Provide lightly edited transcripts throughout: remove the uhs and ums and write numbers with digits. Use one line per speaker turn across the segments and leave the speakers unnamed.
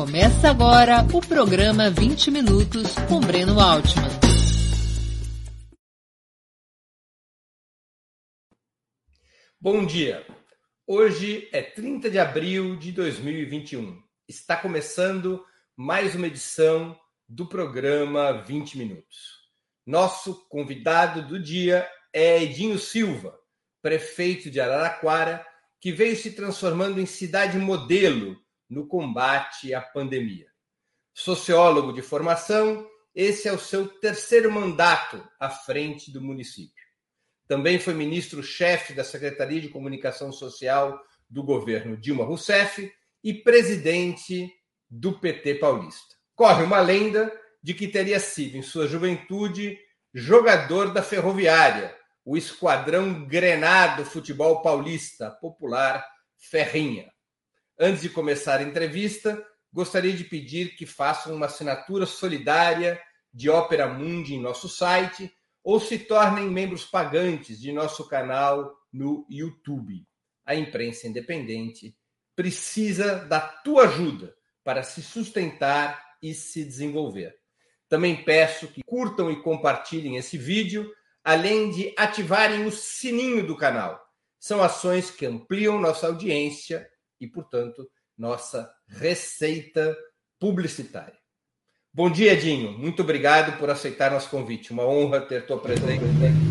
Começa agora o programa 20 Minutos com Breno Altman.
Bom dia. Hoje é 30 de abril de 2021. Está começando mais uma edição do programa 20 Minutos. Nosso convidado do dia é Edinho Silva, prefeito de Araraquara, que veio se transformando em cidade modelo no combate à pandemia. Sociólogo de formação, esse é o seu terceiro mandato à frente do município. Também foi ministro-chefe da Secretaria de Comunicação Social do governo Dilma Rousseff e presidente do PT paulista. Corre uma lenda de que teria sido, em sua juventude, jogador da Ferroviária, o esquadrão Grená do futebol paulista, popular Ferrinha. Antes de começar a entrevista, gostaria de pedir que façam uma assinatura solidária de Opera Mundi em nosso site ou se tornem membros pagantes de nosso canal no YouTube. A imprensa independente precisa da tua ajuda para se sustentar e se desenvolver. Também peço que curtam e compartilhem esse vídeo, além de ativarem o sininho do canal. São ações que ampliam nossa audiência e, portanto, nossa receita publicitária. Bom dia, Edinho. Muito obrigado por aceitar nosso convite. Uma honra ter tua presença.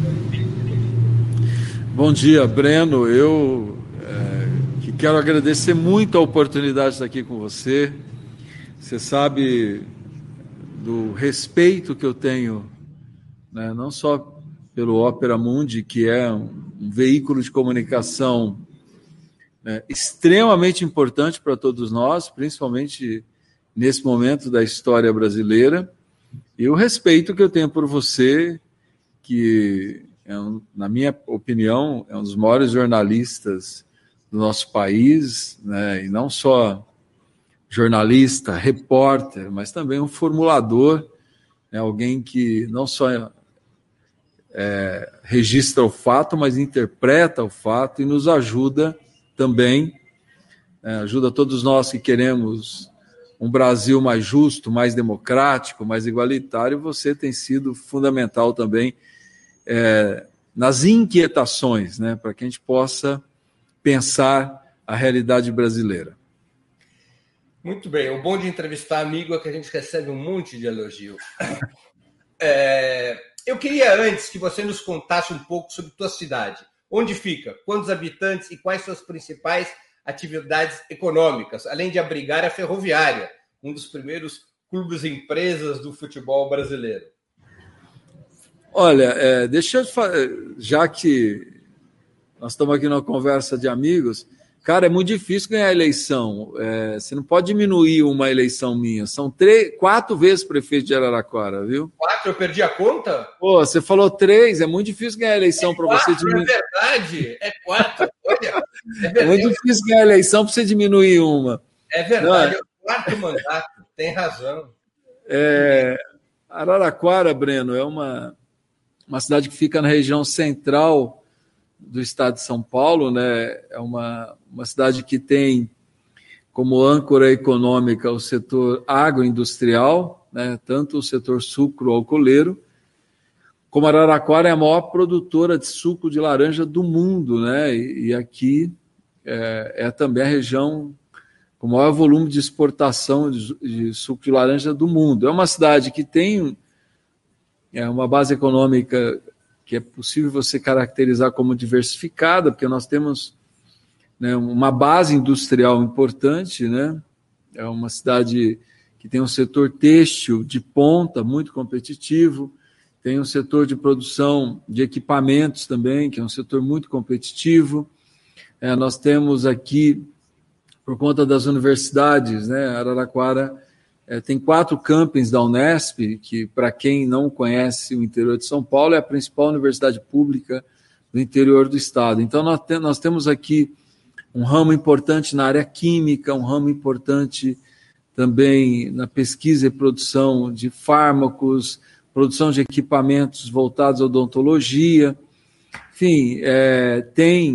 Bom dia, Breno. Eu que quero agradecer muito a oportunidade de estar aqui com você. Você sabe do respeito que eu tenho, né, não só pelo Opera Mundi, que é um veículo de comunicação extremamente importante para todos nós, principalmente nesse momento da história brasileira, e o respeito que eu tenho por você, que, na minha opinião, é um dos maiores jornalistas do nosso país, né, e não só jornalista, repórter, mas também um formulador, né, alguém que não só registra o fato, mas interpreta o fato e nos ajuda também, ajuda todos nós que queremos um Brasil mais justo, mais democrático, mais igualitário. Você tem sido fundamental também nas inquietações, né, para que a gente possa pensar a realidade brasileira.
Muito bem. O bom de entrevistar amigo é que a gente recebe um monte de elogio. Eu queria antes que você nos contasse um pouco sobre tua cidade. Onde fica? Quantos habitantes e quais suas principais atividades econômicas, além de abrigar a Ferroviária, um dos primeiros clubes empresas do futebol brasileiro?
Olha, deixa eu falar, já que nós estamos aqui numa conversa de amigos, cara, é muito difícil ganhar a eleição. Você não pode diminuir uma eleição minha. São 4 vezes prefeito de Araraquara, viu?
4? Eu perdi a conta?
Pô, você falou 3, é muito difícil ganhar a eleição para você diminuir.
É verdade, é 4. Olha,
é muito difícil ganhar a eleição para você diminuir uma.
É verdade, é o 4º mandato, tem razão.
Araraquara, Breno, é uma cidade que fica na região central do estado de São Paulo, né? É uma cidade que tem como âncora econômica o setor agroindustrial, né? Tanto o setor sucro-alcooleiro, como Araraquara é a maior produtora de suco de laranja do mundo, né? E aqui é também a região com o maior volume de exportação de suco de laranja do mundo. É uma cidade que tem uma base econômica que é possível você caracterizar como diversificada, porque nós temos, né, uma base industrial importante, né? É uma cidade que tem um setor têxtil de ponta muito competitivo, tem um setor de produção de equipamentos também, que é um setor muito competitivo. Nós temos aqui, por conta das universidades, né, Araraquara tem 4 campings da Unesp, que, para quem não conhece o interior de São Paulo, é a principal universidade pública do interior do estado. Então, nós temos aqui um ramo importante na área química, um ramo importante também na pesquisa e produção de fármacos, produção de equipamentos voltados à odontologia. Enfim,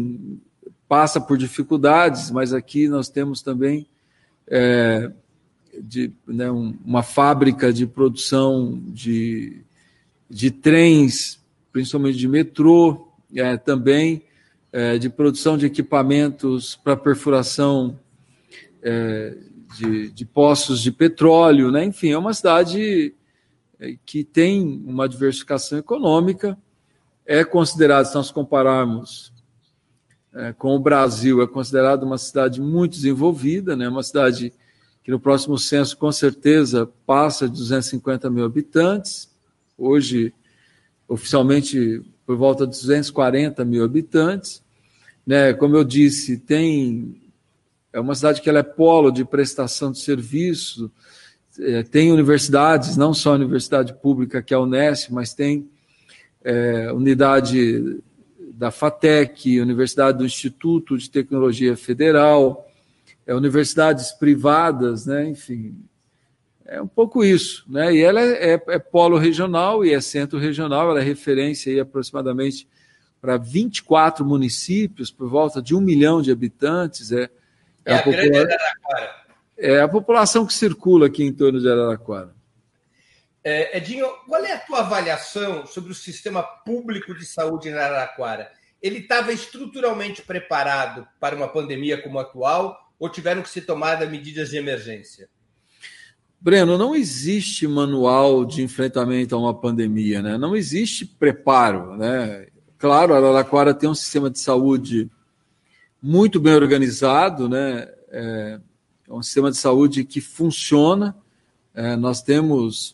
passa por dificuldades, mas aqui nós temos também né, uma fábrica de produção de trens, principalmente de metrô, também de produção de equipamentos para perfuração de poços de petróleo, né? Enfim, é uma cidade que tem uma diversificação econômica, é considerada, se nós compararmos com o Brasil, é considerada uma cidade muito desenvolvida, né? Uma cidade que no próximo censo, com certeza, passa de 250 mil habitantes, hoje, oficialmente, por volta de 240 mil habitantes, né? Como eu disse, é uma cidade que ela é polo de prestação de serviço, tem universidades, não só a universidade pública, que é a Unesp, mas tem unidade da FATEC, Universidade do Instituto de Tecnologia Federal, universidades privadas, né? Enfim, é um pouco isso, né? E ela é polo regional e é centro regional, ela é referência aí aproximadamente para 24 municípios, por volta de 1 milhão de habitantes.
A grande Araraquara.
É a população que circula aqui em torno de Araraquara.
Edinho, qual é a tua avaliação sobre o sistema público de saúde em Araraquara? Ele estava estruturalmente preparado para uma pandemia como a atual ou tiveram que ser tomadas medidas de emergência?
Breno, não existe manual de enfrentamento a uma pandemia, né? Não existe preparo, né? Claro, Araraquara tem um sistema de saúde muito bem organizado, né? É um sistema de saúde que funciona. Nós temos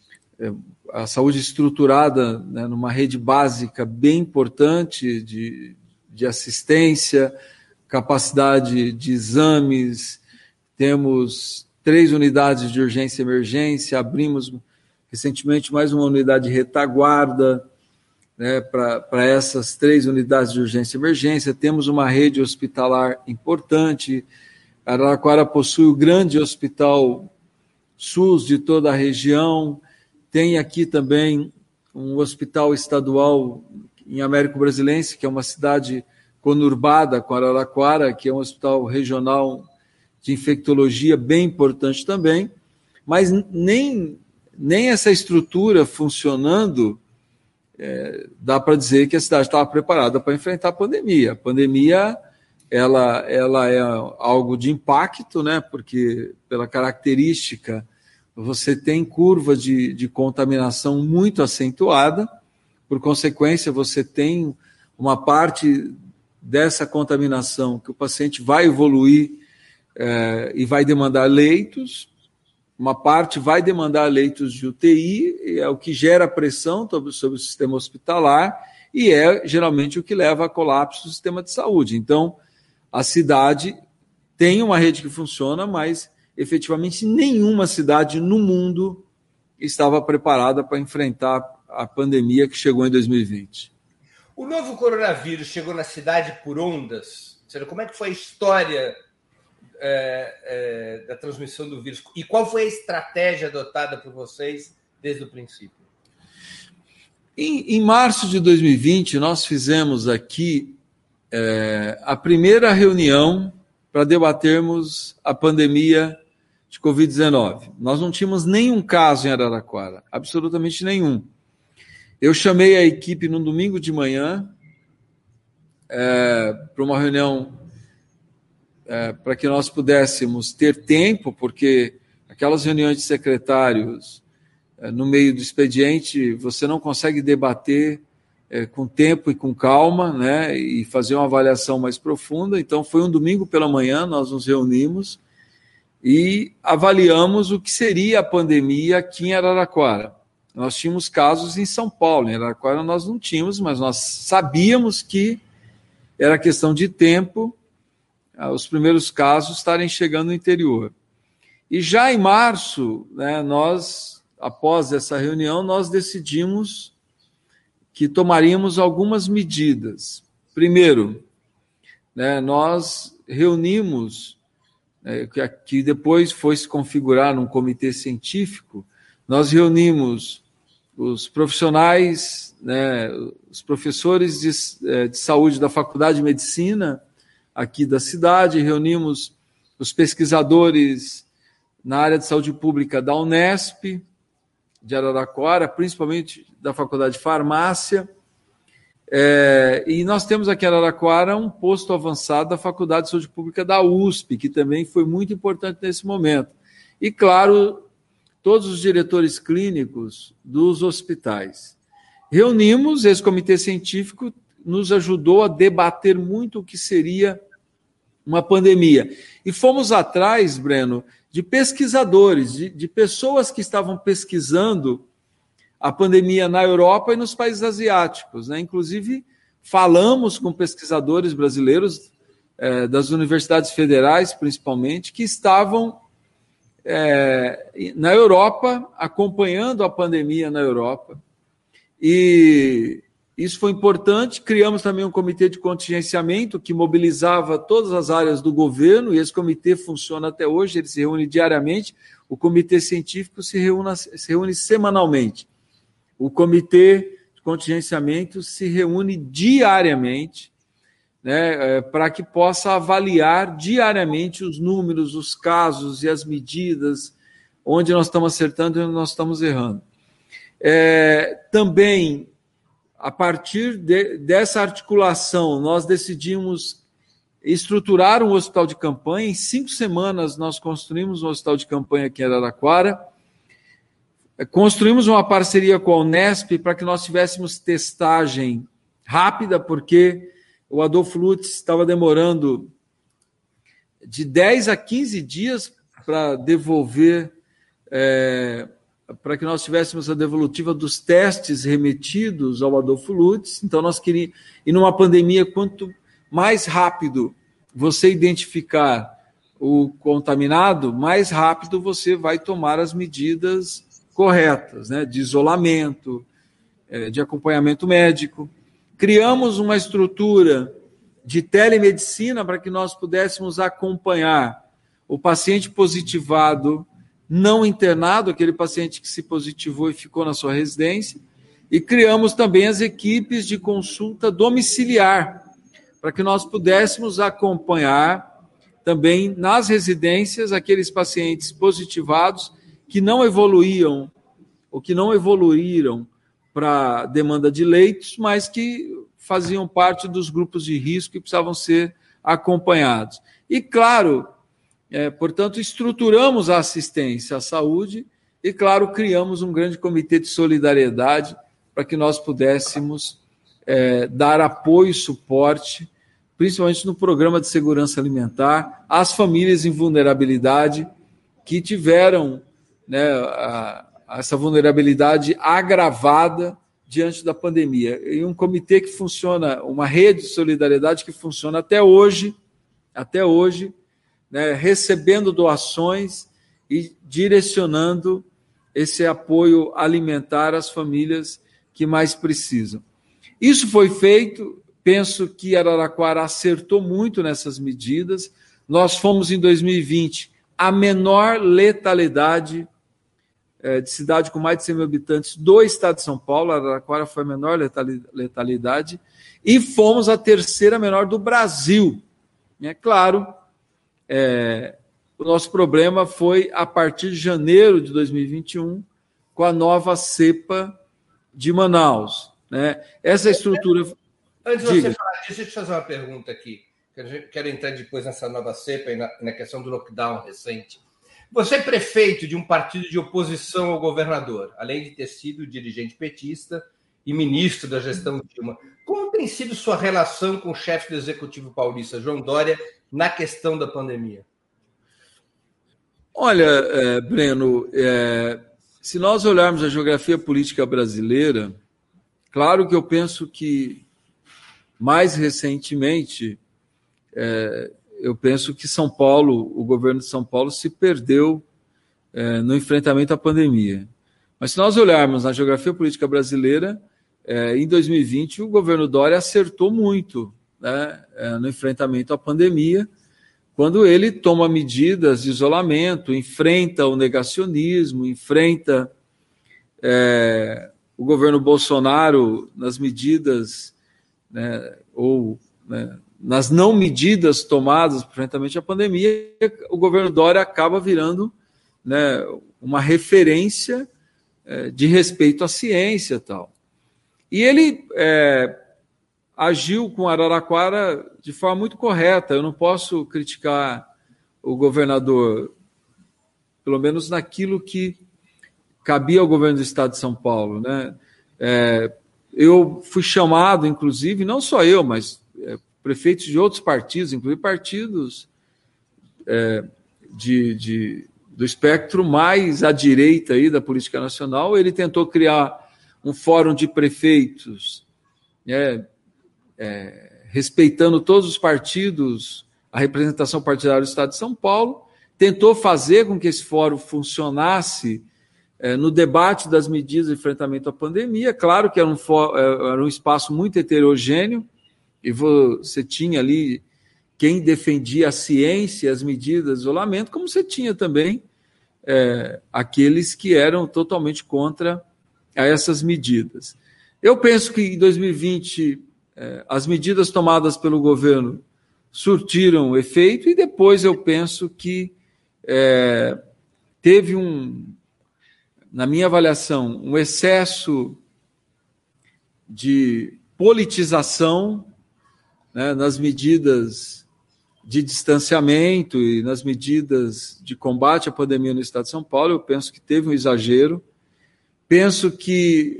a saúde estruturada, né, numa rede básica bem importante de assistência, capacidade de exames, temos 3 unidades de urgência e emergência, abrimos recentemente mais uma unidade de retaguarda, né, para essas 3 unidades de urgência e emergência, temos uma rede hospitalar importante. Araraquara possui o grande hospital SUS de toda a região, tem aqui também um hospital estadual em Américo Brasilense, que é uma cidade conurbada com Araraquara, que é um hospital regional de infectologia bem importante também, mas nem essa estrutura funcionando, dá para dizer que a cidade estava preparada para enfrentar a pandemia. A pandemia ela é algo de impacto, né, porque pela característica você tem curva de contaminação muito acentuada, por consequência, você tem uma parte dessa contaminação que o paciente vai evoluir e vai demandar leitos, uma parte vai demandar leitos de UTI, é o que gera pressão sobre o sistema hospitalar e é geralmente o que leva a colapso do sistema de saúde. Então, a cidade tem uma rede que funciona, mas efetivamente nenhuma cidade no mundo estava preparada para enfrentar a pandemia que chegou em 2020.
O novo coronavírus chegou na cidade por ondas? Ou seja, como é que foi a história da transmissão do vírus? E qual foi a estratégia adotada por vocês desde o princípio?
Em março de 2020, nós fizemos aqui a primeira reunião para debatermos a pandemia de Covid-19. Nós não tínhamos nenhum caso em Araraquara, absolutamente nenhum. Eu chamei a equipe no domingo de manhã para uma reunião para que nós pudéssemos ter tempo, porque aquelas reuniões de secretários no meio do expediente, você não consegue debater com tempo e com calma, né, e fazer uma avaliação mais profunda. Então, foi um domingo pela manhã, nós nos reunimos e avaliamos o que seria a pandemia aqui em Araraquara. Nós tínhamos casos em São Paulo, em Araraquara nós não tínhamos, mas nós sabíamos que era questão de tempo os primeiros casos estarem chegando no interior. E já em março, né, nós, após essa reunião, nós decidimos que tomaríamos algumas medidas. Primeiro, né, nós reunimos, que depois foi se configurar num comitê científico, nós reunimos os profissionais, né, os professores de saúde da Faculdade de Medicina aqui da cidade, reunimos os pesquisadores na área de saúde pública da Unesp, de Araraquara, principalmente da Faculdade de Farmácia, e nós temos aqui em Araraquara um posto avançado da Faculdade de Saúde Pública da USP, que também foi muito importante nesse momento. E, claro, todos os diretores clínicos dos hospitais. Reunimos, esse comitê científico nos ajudou a debater muito o que seria uma pandemia. E fomos atrás, Breno, de pesquisadores, de pessoas que estavam pesquisando a pandemia na Europa e nos países asiáticos, né? Inclusive, falamos com pesquisadores brasileiros das universidades federais, principalmente, que estavam na Europa, acompanhando a pandemia na Europa. E isso foi importante. Criamos também um comitê de contingenciamento que mobilizava todas as áreas do governo, e esse comitê funciona até hoje, ele se reúne diariamente. O comitê científico se reúne semanalmente. O comitê de contingenciamento se reúne diariamente, né, para que possa avaliar diariamente os números, os casos e as medidas, onde nós estamos acertando e onde nós estamos errando. Também, a partir dessa articulação, nós decidimos estruturar um hospital de campanha. Em 5 semanas, nós construímos um hospital de campanha aqui em Araraquara. Construímos uma parceria com a Unesp para que nós tivéssemos testagem rápida, porque o Adolfo Lutz estava demorando de 10 a 15 dias para devolver, para que nós tivéssemos a devolutiva dos testes remetidos ao Adolfo Lutz. Então, nós queríamos, e numa pandemia, quanto mais rápido você identificar o contaminado, mais rápido você vai tomar as medidas corretas, né, de isolamento, de acompanhamento médico. Criamos uma estrutura de telemedicina para que nós pudéssemos acompanhar o paciente positivado não internado, aquele paciente que se positivou e ficou na sua residência, e criamos também as equipes de consulta domiciliar, para que nós pudéssemos acompanhar também nas residências aqueles pacientes positivados que não evoluíam ou que não evoluíram para demanda de leitos, mas que faziam parte dos grupos de risco e precisavam ser acompanhados. E, claro, portanto, estruturamos a assistência à saúde e, claro, criamos um grande comitê de solidariedade para que nós pudéssemos dar apoio e suporte, principalmente no programa de segurança alimentar, às famílias em vulnerabilidade que tiveram, né, essa vulnerabilidade agravada diante da pandemia. E um comitê que funciona, uma rede de solidariedade que funciona até hoje, né, recebendo doações e direcionando esse apoio alimentar às famílias que mais precisam. Isso foi feito, penso que Araraquara acertou muito nessas medidas. Nós fomos, em 2020, a menor letalidade de cidade com mais de 100 mil habitantes do estado de São Paulo. Araraquara foi a menor letalidade, e fomos a terceira menor do Brasil. É claro, o nosso problema foi a partir de janeiro de 2021, com a nova cepa de Manaus, né? Essa estrutura...
Antes de você falar disso, deixa eu te fazer uma pergunta aqui. Quero entrar depois nessa nova cepa e na questão do lockdown recente. Você é prefeito de um partido de oposição ao governador, além de ter sido dirigente petista e ministro da gestão Dilma. Como tem sido sua relação com o chefe do Executivo paulista, João Dória, na questão da pandemia?
Olha, Breno, se nós olharmos a geografia política brasileira, claro que eu penso que, mais recentemente, eu penso que São Paulo, o governo de São Paulo, se perdeu no enfrentamento à pandemia. Mas se nós olharmos na geografia política brasileira, em 2020, o governo Dória acertou muito, né, no enfrentamento à pandemia, quando ele toma medidas de isolamento, enfrenta o negacionismo, enfrenta o governo Bolsonaro nas medidas, né, nas não medidas tomadas para enfrentamento à pandemia. O governo Dória acaba virando, né, uma referência de respeito à ciência e tal. E ele agiu com Araraquara de forma muito correta. Eu não posso criticar o governador, pelo menos naquilo que cabia ao governo do Estado de São Paulo, né? Eu fui chamado, inclusive, não só eu, mas prefeitos de outros partidos, inclusive partidos do espectro mais à direita aí da política nacional. Ele tentou criar um fórum de prefeitos, respeitando todos os partidos, a representação partidária do Estado de São Paulo, tentou fazer com que esse fórum funcionasse no debate das medidas de enfrentamento à pandemia. Claro que era um espaço muito heterogêneo, e você tinha ali quem defendia a ciência, as medidas de isolamento, como você tinha também aqueles que eram totalmente contra essas medidas. Eu penso que em 2020 as medidas tomadas pelo governo surtiram efeito, e depois eu penso que teve na minha avaliação, um excesso de politização, né, nas medidas de distanciamento e nas medidas de combate à pandemia no Estado de São Paulo. Eu penso que teve um exagero. Penso que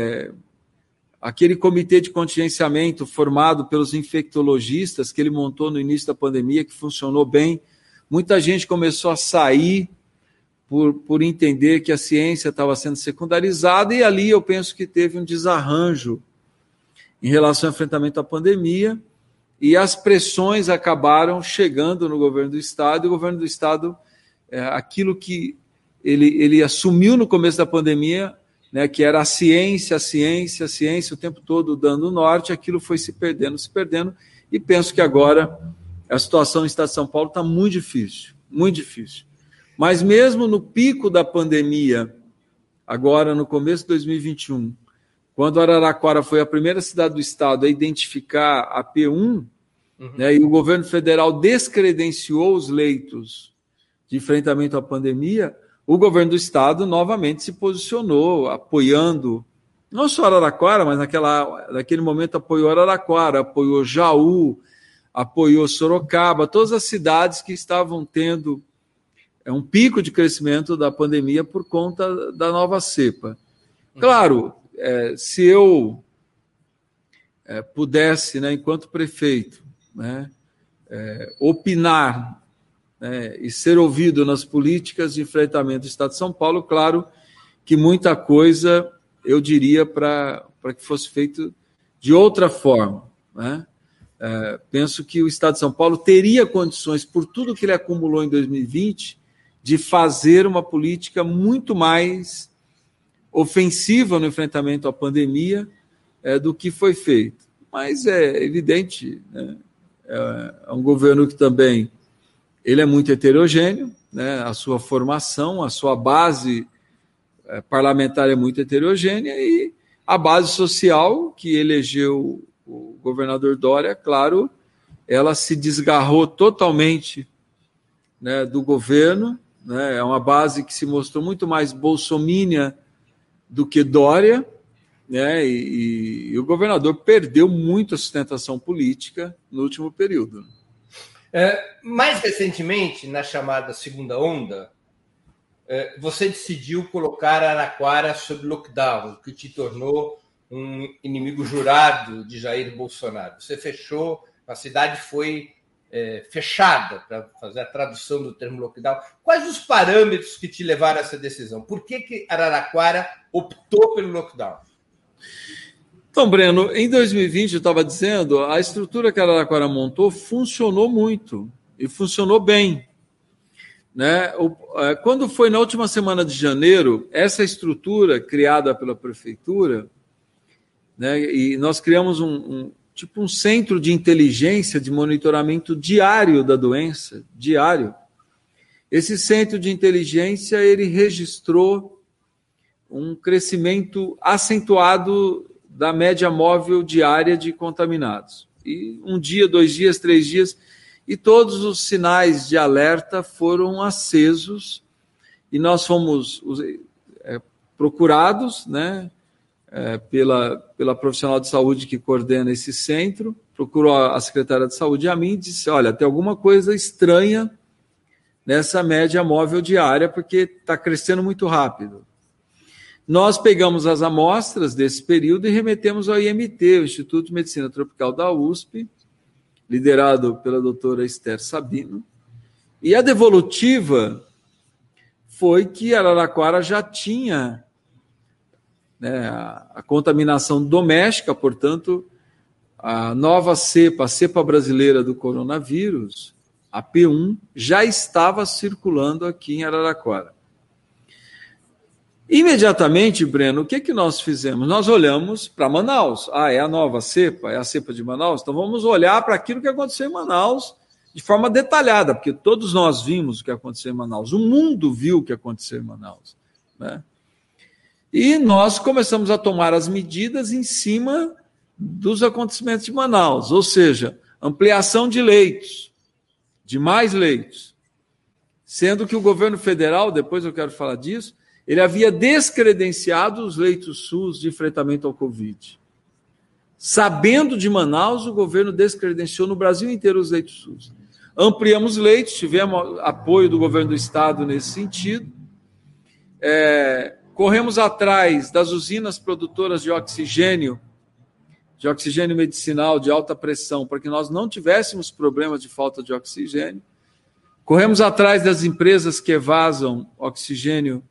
aquele comitê de contingenciamento formado pelos infectologistas que ele montou no início da pandemia, que funcionou bem, muita gente começou a sair por entender que a ciência estava sendo secundarizada, e ali eu penso que teve um desarranjo em relação ao enfrentamento à pandemia, e as pressões acabaram chegando no governo do Estado, e o governo do Estado, aquilo que ele assumiu no começo da pandemia, né, que era a ciência o tempo todo dando norte, aquilo foi se perdendo, e penso que agora a situação no Estado de São Paulo está muito difícil, muito difícil. Mas mesmo no pico da pandemia, agora no começo de 2021, quando Araraquara foi a primeira cidade do Estado a identificar a P1, né, e o governo federal descredenciou os leitos de enfrentamento à pandemia, o governo do Estado novamente se posicionou, apoiando, não só Araraquara, mas naquele momento apoiou Araraquara, apoiou Jaú, apoiou Sorocaba, todas as cidades que estavam tendo um pico de crescimento da pandemia por conta da nova cepa. Claro, se eu pudesse, né, enquanto prefeito, né, opinar, né, e ser ouvido nas políticas de enfrentamento do Estado de São Paulo, claro que muita coisa eu diria para que fosse feito de outra forma, né? Penso que o Estado de São Paulo teria condições, por tudo que ele acumulou em 2020, de fazer uma política muito mais ofensiva no enfrentamento à pandemia do que foi feito. Mas é evidente, né, é um governo que também ele é muito heterogêneo, né, a sua formação, a sua base parlamentar é muito heterogênea, e a base social que elegeu o governador Dória, claro, ela se desgarrou totalmente, né, do governo, né, é uma base que se mostrou muito mais bolsomínia do que Dória, né, e o governador perdeu muito a sustentação política no último período.
Mais recentemente, na chamada segunda onda, você decidiu colocar Araraquara sob lockdown, o que te tornou um inimigo jurado de Jair Bolsonaro. Você fechou, a cidade foi fechada, para fazer a tradução do termo lockdown. Quais os parâmetros que te levaram a essa decisão? Por que Araraquara optou pelo lockdown?
Então, Breno, em 2020, eu estava dizendo, a estrutura que a Araraquara montou funcionou muito, e funcionou bem. Né? Quando foi na última semana de janeiro, essa estrutura criada pela prefeitura, né, e nós criamos um centro de inteligência, de monitoramento diário da doença, diário. Esse centro de inteligência, ele registrou um crescimento acentuado da média móvel diária de contaminados. E 1 dia, 2 dias, 3 dias, e todos os sinais de alerta foram acesos, e nós fomos procurados, né, pela profissional de saúde que coordena esse centro, procurou a secretária de saúde e a mim e disse, olha, tem alguma coisa estranha nessa média móvel diária, porque está crescendo muito rápido. Nós pegamos as amostras desse período e remetemos ao IMT, o Instituto de Medicina Tropical da USP, liderado pela doutora Esther Sabino, e a devolutiva foi que Araraquara já tinha, né, a contaminação doméstica, portanto, a nova cepa, a cepa brasileira do coronavírus, a P1, já estava circulando aqui em Araraquara. Imediatamente, Breno, o que nós fizemos? Nós olhamos para Manaus. É a nova cepa, é a cepa de Manaus? Então vamos olhar para aquilo que aconteceu em Manaus de forma detalhada, porque todos nós vimos o que aconteceu em Manaus, o mundo viu o que aconteceu em Manaus, né? E nós começamos a tomar as medidas em cima dos acontecimentos de Manaus, ou seja, ampliação de leitos, de mais leitos, sendo que o governo federal, depois eu quero falar disso, ele havia descredenciado os leitos SUS de enfrentamento ao Covid. Sabendo de Manaus, o governo descredenciou no Brasil inteiro os leitos SUS. Ampliamos leitos, tivemos apoio do governo do estado nesse sentido. Corremos atrás das usinas produtoras de oxigênio medicinal de alta pressão, para que nós não tivéssemos problemas de falta de oxigênio. Corremos atrás das empresas que evasam oxigênio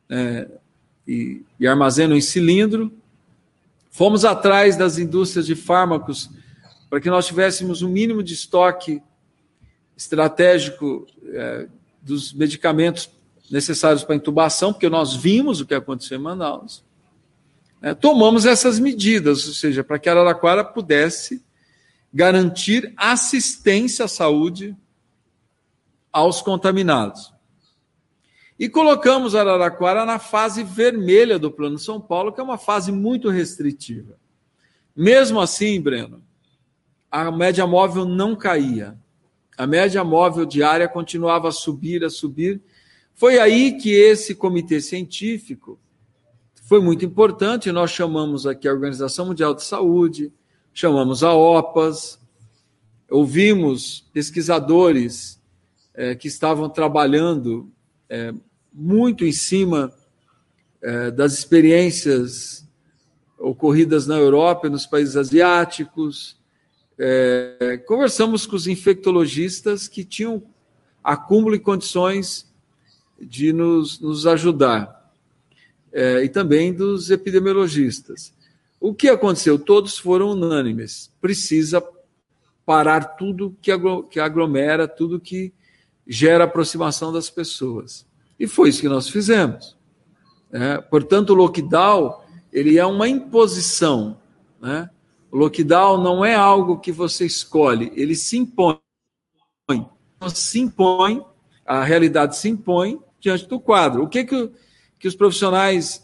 e armazenam em cilindro. Fomos atrás das indústrias de fármacos para que nós tivéssemos um mínimo de estoque estratégico dos medicamentos necessários para intubação, porque nós vimos o que aconteceu em Manaus. Tomamos essas medidas, ou seja, para que Araraquara pudesse garantir assistência à saúde aos contaminados. E colocamos Araraquara na fase vermelha do Plano São Paulo, que é uma fase muito restritiva. Mesmo assim, Breno, a média móvel não caía. A média móvel diária continuava a subir, a subir. Foi aí que esse comitê científico foi muito importante. Nós chamamos aqui a Organização Mundial de Saúde, chamamos a OPAS, ouvimos pesquisadores que estavam trabalhando muito em cima das experiências ocorridas na Europa e nos países asiáticos. Conversamos com os infectologistas que tinham acúmulo e condições de nos ajudar, e também dos epidemiologistas. O que aconteceu? Todos foram unânimes. Precisa parar tudo que aglomera, tudo que gera aproximação das pessoas. E foi isso que nós fizemos. Portanto, o lockdown ele é uma imposição, né? O lockdown não é algo que você escolhe, ele se impõe. Se impõe, a realidade se impõe diante do quadro. O que os profissionais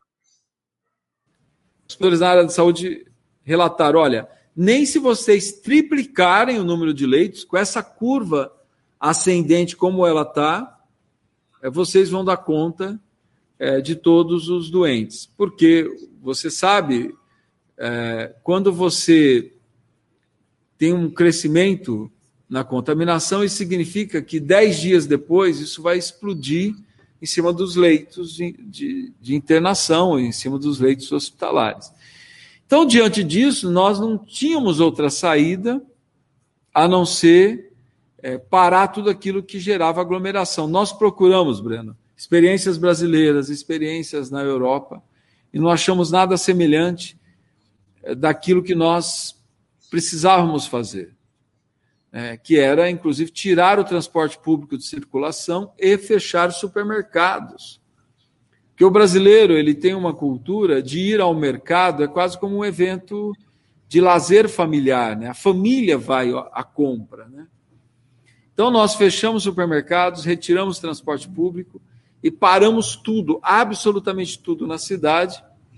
na área de saúde relataram? Olha, nem se vocês triplicarem o número de leitos, com essa curva ascendente como ela está, vocês vão dar conta de todos os doentes. Porque você sabe, quando você tem um crescimento na contaminação, isso significa que 10 dias depois isso vai explodir em cima dos leitos de internação, em cima dos leitos hospitalares. Então, diante disso, nós não tínhamos outra saída a não ser parar tudo aquilo que gerava aglomeração. Nós procuramos, Breno, experiências brasileiras, experiências na Europa, e não achamos nada semelhante daquilo que nós precisávamos fazer, que era, inclusive, tirar o transporte público de circulação e fechar supermercados. Porque o brasileiro ele tem uma cultura de ir ao mercado, é quase como um evento de lazer familiar, né? A família vai à compra, né? Então, nós fechamos supermercados, retiramos transporte público e paramos tudo, absolutamente tudo na cidade.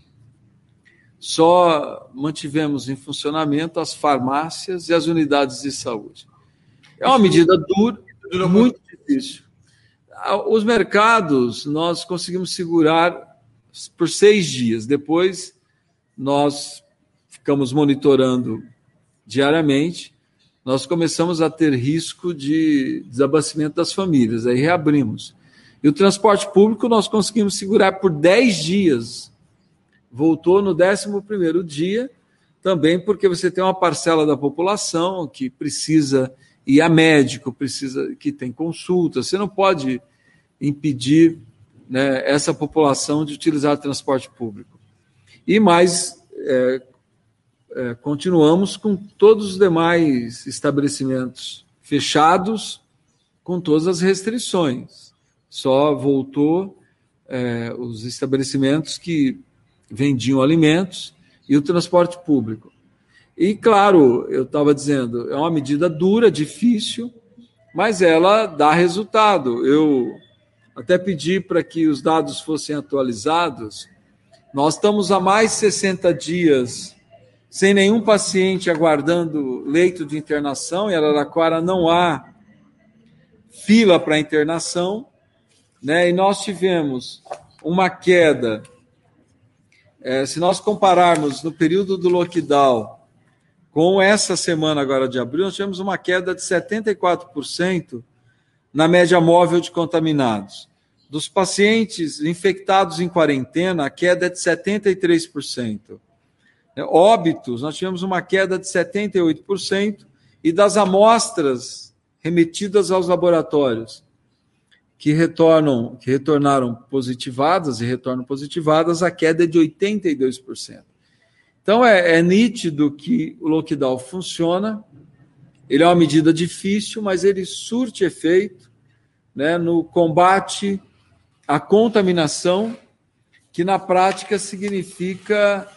Só mantivemos em funcionamento as farmácias e as unidades de saúde. É uma medida dura, muito difícil. Os mercados nós conseguimos segurar por 6 dias. Depois nós ficamos monitorando diariamente. Nós começamos a ter risco de desabastecimento das famílias. Aí reabrimos. E o transporte público nós conseguimos segurar por 10 dias. Voltou no 11º dia, também porque você tem uma parcela da população que precisa ir a médico, que tem consulta. Você não pode impedir, né, essa população de utilizar transporte público. E mais, continuamos com todos os demais estabelecimentos fechados, com todas as restrições. Só voltou os estabelecimentos que vendiam alimentos e o transporte público. E, claro, eu estava dizendo, é uma medida dura, difícil, mas ela dá resultado. Eu até pedi para que os dados fossem atualizados. Nós estamos há mais de 60 dias sem nenhum paciente aguardando leito de internação. Em Araraquara não há fila para internação, né? E nós tivemos uma queda. Se nós compararmos no período do lockdown com essa semana agora de abril, nós tivemos uma queda de 74% na média móvel de contaminados. Dos pacientes infectados em quarentena, a queda é de 73%. Óbitos, nós tivemos uma queda de 78%, e das amostras remetidas aos laboratórios que retornaram positivadas e retornam positivadas, a queda é de 82%. Então, é nítido que o lockdown funciona, ele é uma medida difícil, mas ele surte efeito, né, no combate à contaminação, que na prática significa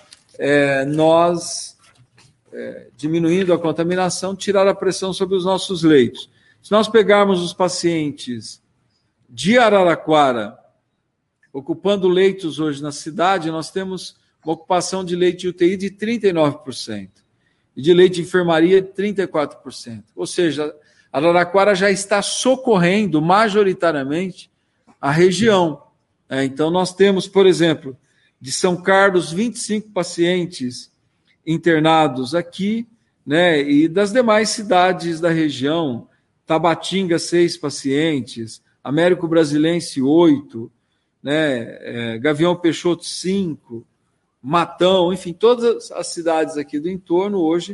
nós, diminuindo a contaminação, tirar a pressão sobre os nossos leitos. Se nós pegarmos os pacientes de Araraquara, ocupando leitos hoje na cidade, nós temos uma ocupação de leito de UTI de 39%, e de leito de enfermaria de 34%. Ou seja, Araraquara já está socorrendo majoritariamente a região. Então, nós temos, por exemplo, de São Carlos, 25 pacientes internados aqui, né, e das demais cidades da região, Tabatinga, 6 pacientes, Américo Brasilense, 8, né, Gavião Peixoto, 5, Matão, enfim, todas as cidades aqui do entorno hoje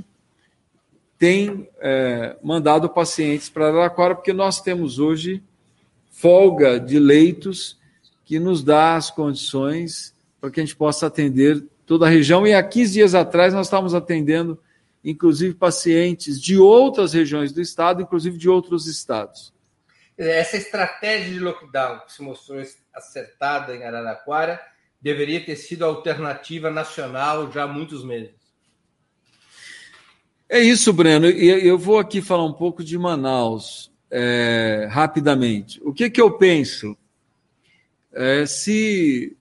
têm mandado pacientes para Araraquara, porque nós temos hoje folga de leitos que nos dá as condições para que a gente possa atender toda a região. E há 15 dias atrás nós estávamos atendendo, inclusive, pacientes de outras regiões do estado, inclusive de outros estados.
Essa estratégia de lockdown que se mostrou acertada em Araraquara deveria ter sido a alternativa nacional já há muitos meses.
É isso, Breno. E eu vou aqui falar um pouco de Manaus, rapidamente. O que eu penso? Se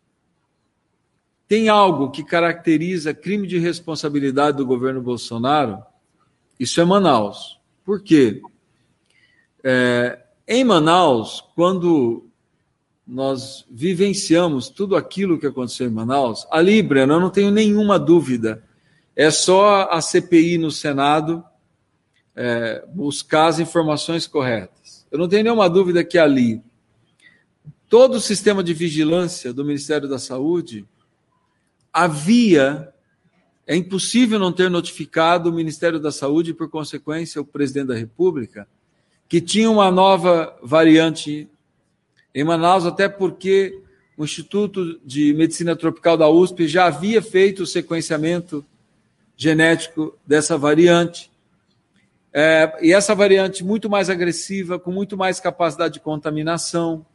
tem algo que caracteriza crime de responsabilidade do governo Bolsonaro, isso é Manaus. Por quê? Em Manaus, quando nós vivenciamos tudo aquilo que aconteceu em Manaus, ali, Breno, eu não tenho nenhuma dúvida, é só a CPI no Senado buscar as informações corretas. Eu não tenho nenhuma dúvida que ali, todo o sistema de vigilância do Ministério da Saúde é impossível não ter notificado o Ministério da Saúde e, por consequência, o presidente da República, que tinha uma nova variante em Manaus, até porque o Instituto de Medicina Tropical da USP já havia feito o sequenciamento genético dessa variante. E essa variante muito mais agressiva, com muito mais capacidade de contaminação.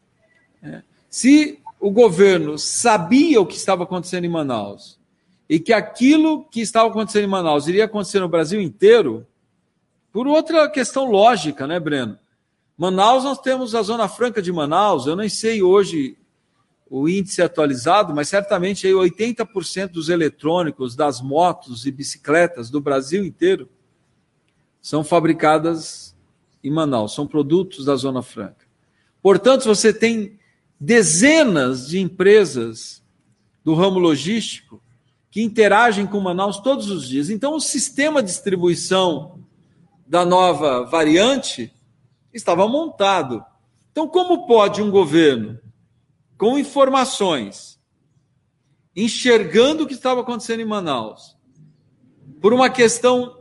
Se o governo sabia o que estava acontecendo em Manaus e que aquilo que estava acontecendo em Manaus iria acontecer no Brasil inteiro, por outra questão lógica, né, Breno? Manaus, nós temos a Zona Franca de Manaus, eu nem sei hoje o índice atualizado, mas certamente aí 80% dos eletrônicos, das motos e bicicletas do Brasil inteiro são fabricadas em Manaus, são produtos da Zona Franca. Portanto, você tem dezenas de empresas do ramo logístico que interagem com Manaus todos os dias. Então, o sistema de distribuição da nova variante estava montado. Então, como pode um governo, com informações, enxergando o que estava acontecendo em Manaus, por uma questão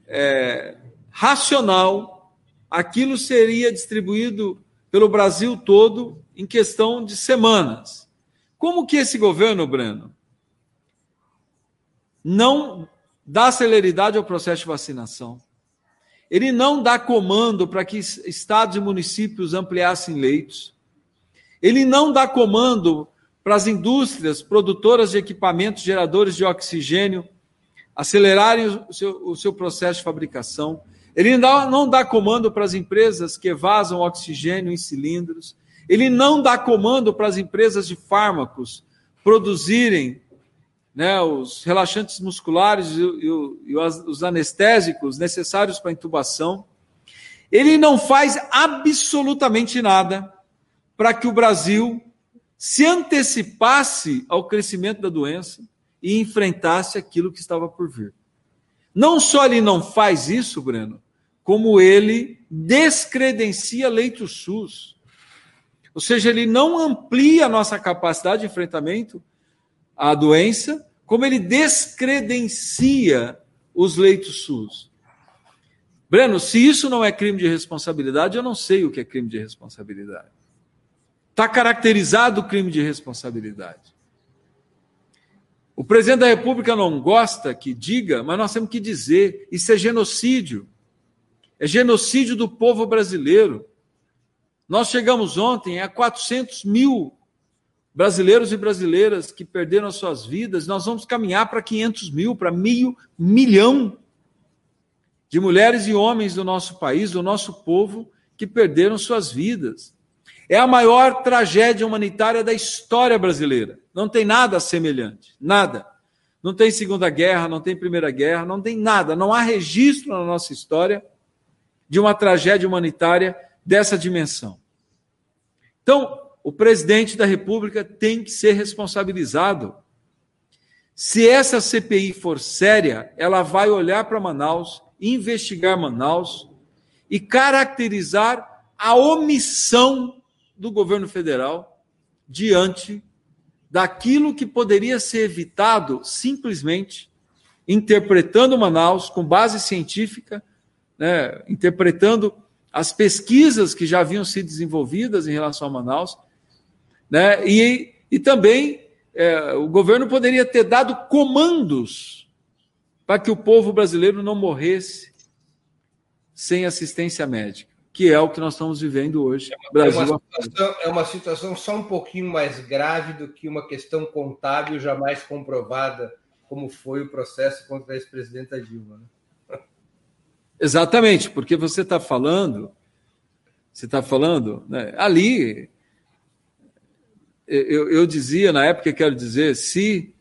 racional, aquilo seria distribuído pelo Brasil todo em questão de semanas? Como que esse governo, Breno, não dá celeridade ao processo de vacinação? Ele não dá comando para que estados e municípios ampliassem leitos. Ele não dá comando para as indústrias produtoras de equipamentos geradores de oxigênio acelerarem o seu processo de fabricação. Ele não dá comando para as empresas que vazam oxigênio em cilindros. Ele não dá comando para as empresas de fármacos produzirem, né, os relaxantes musculares e os anestésicos necessários para a intubação. Ele não faz absolutamente nada para que o Brasil se antecipasse ao crescimento da doença e enfrentasse aquilo que estava por vir. Não só ele não faz isso, Breno, como ele descredencia leito SUS. Ou seja, ele não amplia a nossa capacidade de enfrentamento à doença, como ele descredencia os leitos SUS. Breno, se isso não é crime de responsabilidade, eu não sei o que é crime de responsabilidade. Está caracterizado o crime de responsabilidade. O presidente da República não gosta que diga, mas nós temos que dizer, isso é genocídio. É genocídio do povo brasileiro. Nós chegamos ontem a 400 mil brasileiros e brasileiras que perderam as suas vidas. Nós vamos caminhar para 500 mil, para 500 mil de mulheres e homens do nosso país, do nosso povo, que perderam suas vidas. É a maior tragédia humanitária da história brasileira. Não tem nada semelhante, nada. Não tem Segunda Guerra, não tem Primeira Guerra, não tem nada. Não há registro na nossa história de uma tragédia humanitária dessa dimensão. Então, o presidente da República tem que ser responsabilizado. Se essa CPI for séria, ela vai olhar para Manaus, investigar Manaus e caracterizar a omissão do governo federal diante daquilo que poderia ser evitado simplesmente interpretando Manaus com base científica, né, interpretando as pesquisas que já haviam sido desenvolvidas em relação a Manaus, né, e também o governo poderia ter dado comandos para que o povo brasileiro não morresse sem assistência médica, que é o que nós estamos vivendo hoje.
É uma situação só um pouquinho mais grave do que uma questão contábil jamais comprovada, como foi o processo contra a ex-presidenta Dilma, né?
Exatamente, porque você está falando, né, ali, eu dizia na época, quero dizer, se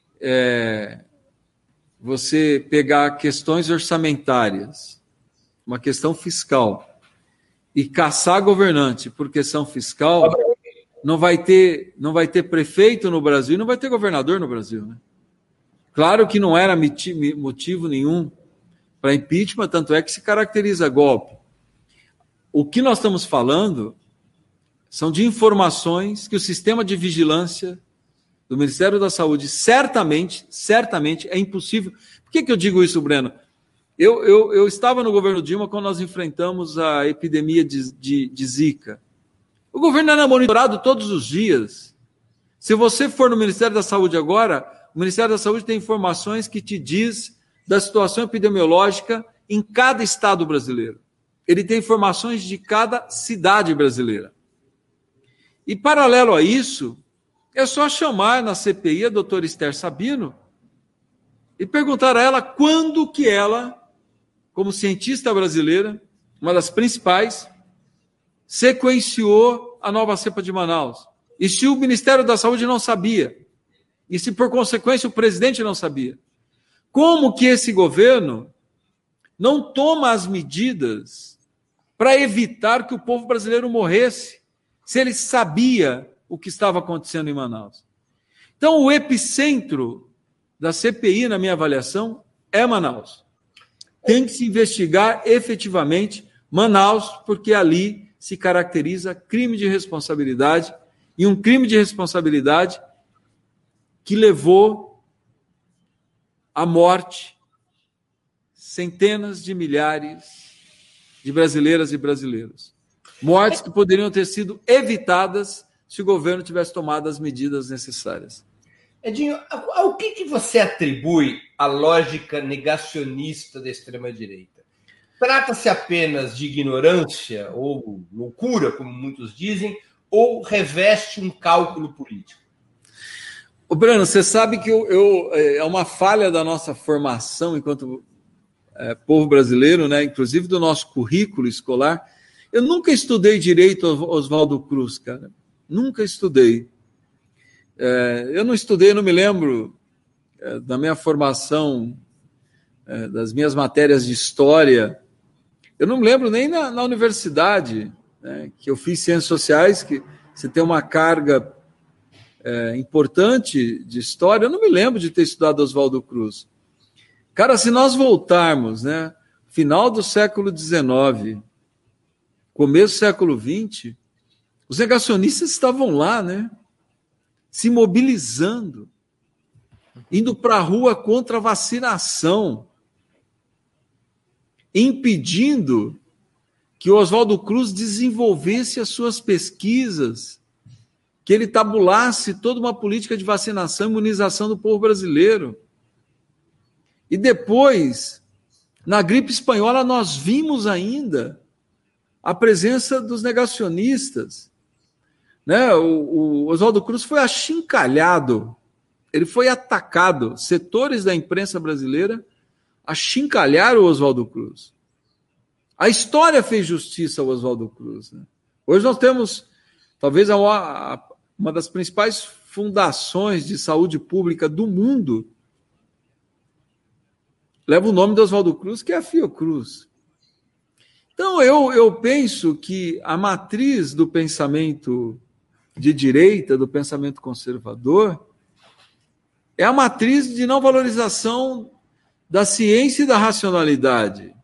você pegar questões orçamentárias, uma questão fiscal, e caçar governante por questão fiscal, não vai ter prefeito no Brasil, não vai ter governador no Brasil, né? Claro que não era motivo nenhum para impeachment, tanto é que se caracteriza golpe. O que nós estamos falando são de informações que o sistema de vigilância do Ministério da Saúde certamente é impossível. Por que eu digo isso, Breno? Eu estava no governo Dilma quando nós enfrentamos a epidemia de Zika. O governo era monitorado todos os dias. Se você for no Ministério da Saúde agora, o Ministério da Saúde tem informações que te diz da situação epidemiológica em cada estado brasileiro. Ele tem informações de cada cidade brasileira. E, paralelo a isso, é só chamar na CPI a doutora Esther Sabino e perguntar a ela quando que ela, como cientista brasileira, uma das principais, sequenciou a nova cepa de Manaus. E se o Ministério da Saúde não sabia, e se por consequência o presidente não sabia, como que esse governo não toma as medidas para evitar que o povo brasileiro morresse se ele sabia o que estava acontecendo em Manaus. Então, o epicentro da CPI, na minha avaliação, é Manaus. Tem que se investigar efetivamente Manaus, porque ali se caracteriza crime de responsabilidade, e um crime de responsabilidade que levou à morte centenas de milhares de brasileiras e brasileiros. Mortes que poderiam ter sido evitadas se o governo tivesse tomado as medidas necessárias.
Edinho, ao que você atribui a lógica negacionista da extrema-direita? Trata-se apenas de ignorância ou loucura, como muitos dizem, ou reveste um cálculo político?
Ô, Breno, você sabe que é uma falha da nossa formação enquanto povo brasileiro, né? Inclusive do nosso currículo escolar. Eu nunca estudei direito Oswaldo Cruz, cara. Nunca estudei. Eu não estudei, não me lembro da minha formação, das minhas matérias de história. Eu não me lembro nem na universidade, né, que eu fiz ciências sociais, que você tem uma carga importante de história. Eu não me lembro de ter estudado Oswaldo Cruz. Cara, se nós voltarmos, né, final do século XIX, começo do século XX, os negacionistas estavam lá, né, se mobilizando, indo para a rua contra a vacinação, impedindo que o Oswaldo Cruz desenvolvesse as suas pesquisas, que ele tabulasse toda uma política de vacinação e imunização do povo brasileiro. E depois, na gripe espanhola, nós vimos ainda a presença dos negacionistas. Né? O Oswaldo Cruz foi achincalhado, ele foi atacado. Setores da imprensa brasileira achincalharam o Oswaldo Cruz. A história fez justiça ao Oswaldo Cruz. Né? Hoje nós temos, talvez, uma das principais fundações de saúde pública do mundo, leva o nome de Oswaldo Cruz, que é a Fiocruz. Então, eu penso que a matriz do pensamento de direita, do pensamento conservador, é a matriz de não valorização da ciência e da racionalidade,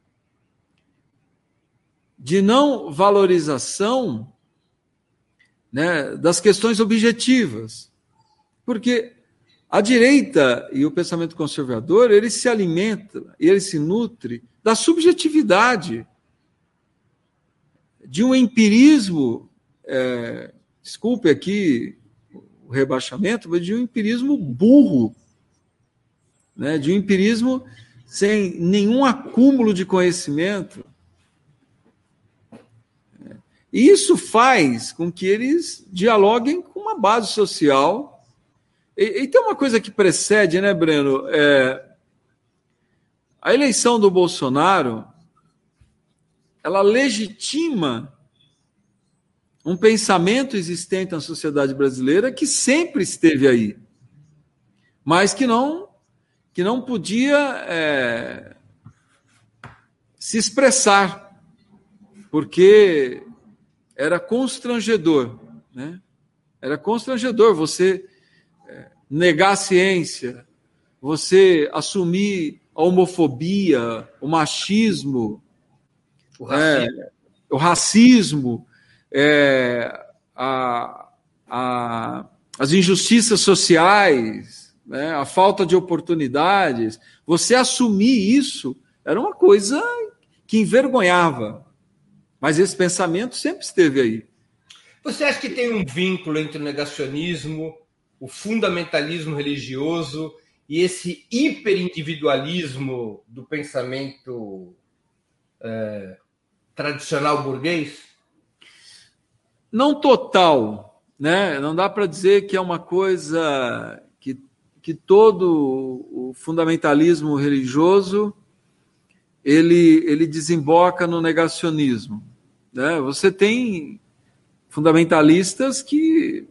de não valorização, né, das questões objetivas. Porque a direita e o pensamento conservador, ele se alimenta e ele se nutre da subjetividade, de um empirismo, desculpe aqui o rebaixamento, mas de um empirismo burro, né? De um empirismo sem nenhum acúmulo de conhecimento. E isso faz com que eles dialoguem com uma base social. E tem uma coisa que precede, né, Breno? A eleição do Bolsonaro, ela legitima um pensamento existente na sociedade brasileira que sempre esteve aí, mas que não podia se expressar, porque era constrangedor, né? Era constrangedor você negar a ciência, você assumir a homofobia, o machismo, o racismo, as injustiças sociais, né, a falta de oportunidades. Você assumir isso era uma coisa que envergonhava. Mas esse pensamento sempre esteve aí.
Você acha que tem um vínculo entre o negacionismo, o fundamentalismo religioso e esse hiperindividualismo do pensamento tradicional burguês?
Não total, né? Não dá para dizer que é uma coisa que todo o fundamentalismo religioso ele desemboca no negacionismo, né? Você tem fundamentalistas que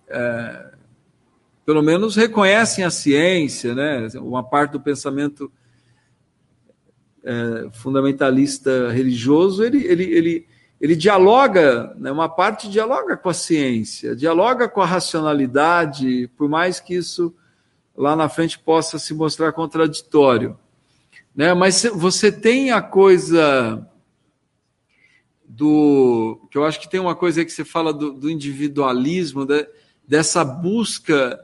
pelo menos reconhecem a ciência, né? Uma parte do pensamento fundamentalista religioso, ele ele dialoga, né, uma parte dialoga com a ciência, dialoga com a racionalidade, por mais que isso lá na frente possa se mostrar contraditório, né? Mas você tem a coisa que eu acho que tem uma coisa aí que você fala do individualismo, dessa busca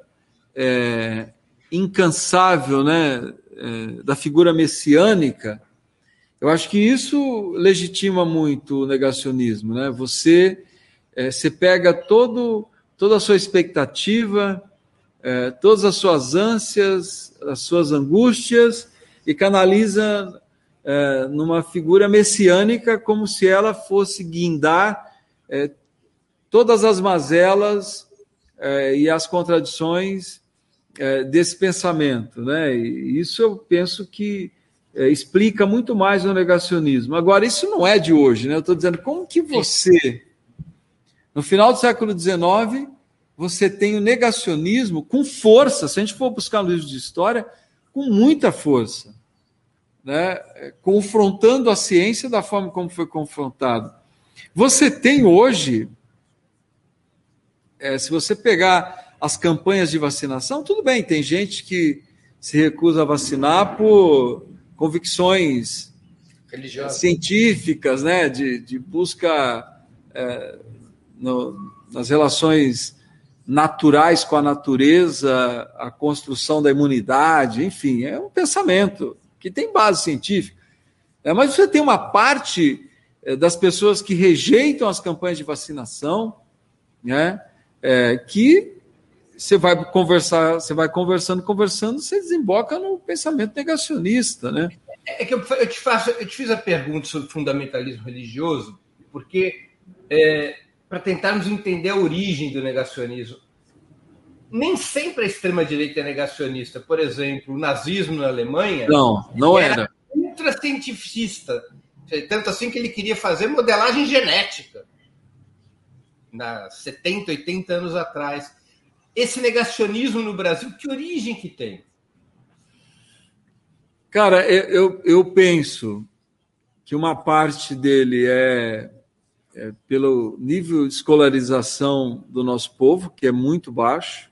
incansável, né, da figura messiânica. Eu acho que isso legitima muito o negacionismo, né? Você pega toda a sua expectativa, todas as suas ânsias, as suas angústias, e canaliza numa figura messiânica, como se ela fosse guindar todas as mazelas e as contradições desse pensamento, né? E isso eu penso que explica muito mais o negacionismo. Agora, isso não é de hoje, né? Eu estou dizendo, como que você, no final do século XIX, você tem o negacionismo com força, se a gente for buscar livros de história, com muita força, né? Confrontando a ciência da forma como foi confrontado. Você tem hoje, se você pegar as campanhas de vacinação, tudo bem, tem gente que se recusa a vacinar por convicções científicas, né, de busca nas relações naturais com a natureza, a construção da imunidade, enfim, é um pensamento que tem base científica. Mas você tem uma parte das pessoas que rejeitam as campanhas de vacinação, né, que você vai conversando, você desemboca no pensamento negacionista, né?
É que eu te fiz a pergunta sobre fundamentalismo religioso, porque para tentarmos entender a origem do negacionismo. Nem sempre a extrema-direita é negacionista. Por exemplo, o nazismo na Alemanha
não era
ultracientificista, tanto assim que ele queria fazer modelagem genética, 70, 80 anos atrás. Esse negacionismo no Brasil, que origem que tem?
Cara, eu penso que uma parte dele é pelo nível de escolarização do nosso povo, que é muito baixo,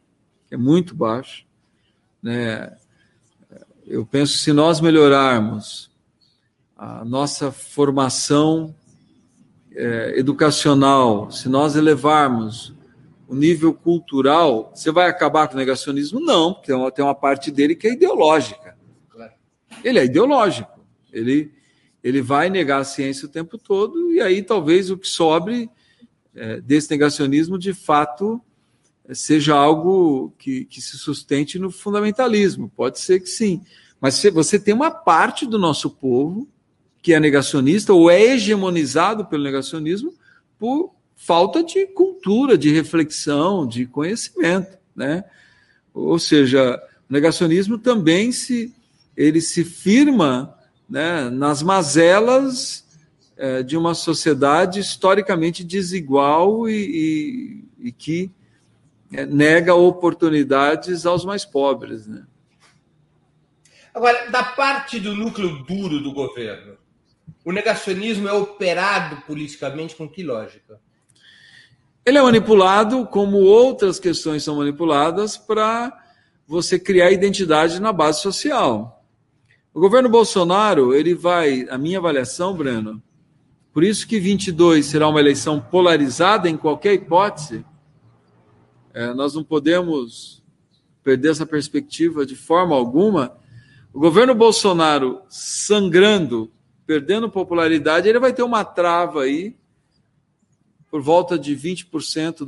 né? Eu penso que se nós melhorarmos a nossa formação educacional, se nós elevarmos o nível cultural, você vai acabar com o negacionismo? Não, porque tem uma parte dele que é ideológica. Ele é ideológico. Ele vai negar a ciência o tempo todo, e aí talvez o que sobre desse negacionismo, de fato, seja algo que se sustente no fundamentalismo. Pode ser que sim. Mas você tem uma parte do nosso povo que é negacionista ou é hegemonizado pelo negacionismo por falta de cultura, de reflexão, de conhecimento, né? Ou seja, o negacionismo também se firma, né, nas mazelas de uma sociedade historicamente desigual e que nega oportunidades aos mais pobres, né?
Agora, da parte do núcleo duro do governo, o negacionismo é operado politicamente com que lógica?
Ele é manipulado, como outras questões são manipuladas, para você criar identidade na base social. O governo Bolsonaro, ele vai, a minha avaliação, Breno, por isso que 22 será uma eleição polarizada em qualquer hipótese, nós não podemos perder essa perspectiva de forma alguma. O governo Bolsonaro sangrando, perdendo popularidade, ele vai ter uma trava aí, por volta de 20%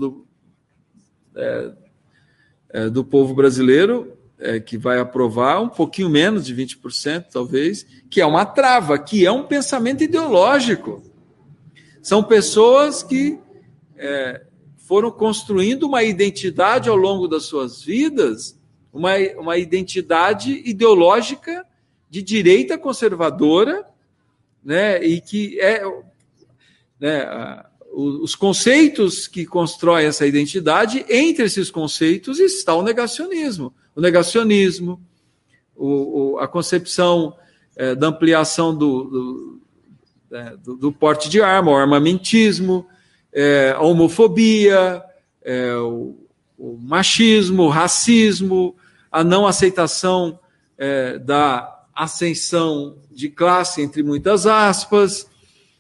do povo brasileiro, que vai aprovar, um pouquinho menos de 20%, talvez, que é uma trava, que é um pensamento ideológico. São pessoas que foram construindo uma identidade ao longo das suas vidas, uma identidade ideológica de direita conservadora, né, e que os conceitos que constroem essa identidade, entre esses conceitos está o negacionismo. O negacionismo, a concepção da ampliação do porte de arma, o armamentismo, a homofobia, o machismo, o racismo, a não aceitação da ascensão de classe, entre muitas aspas,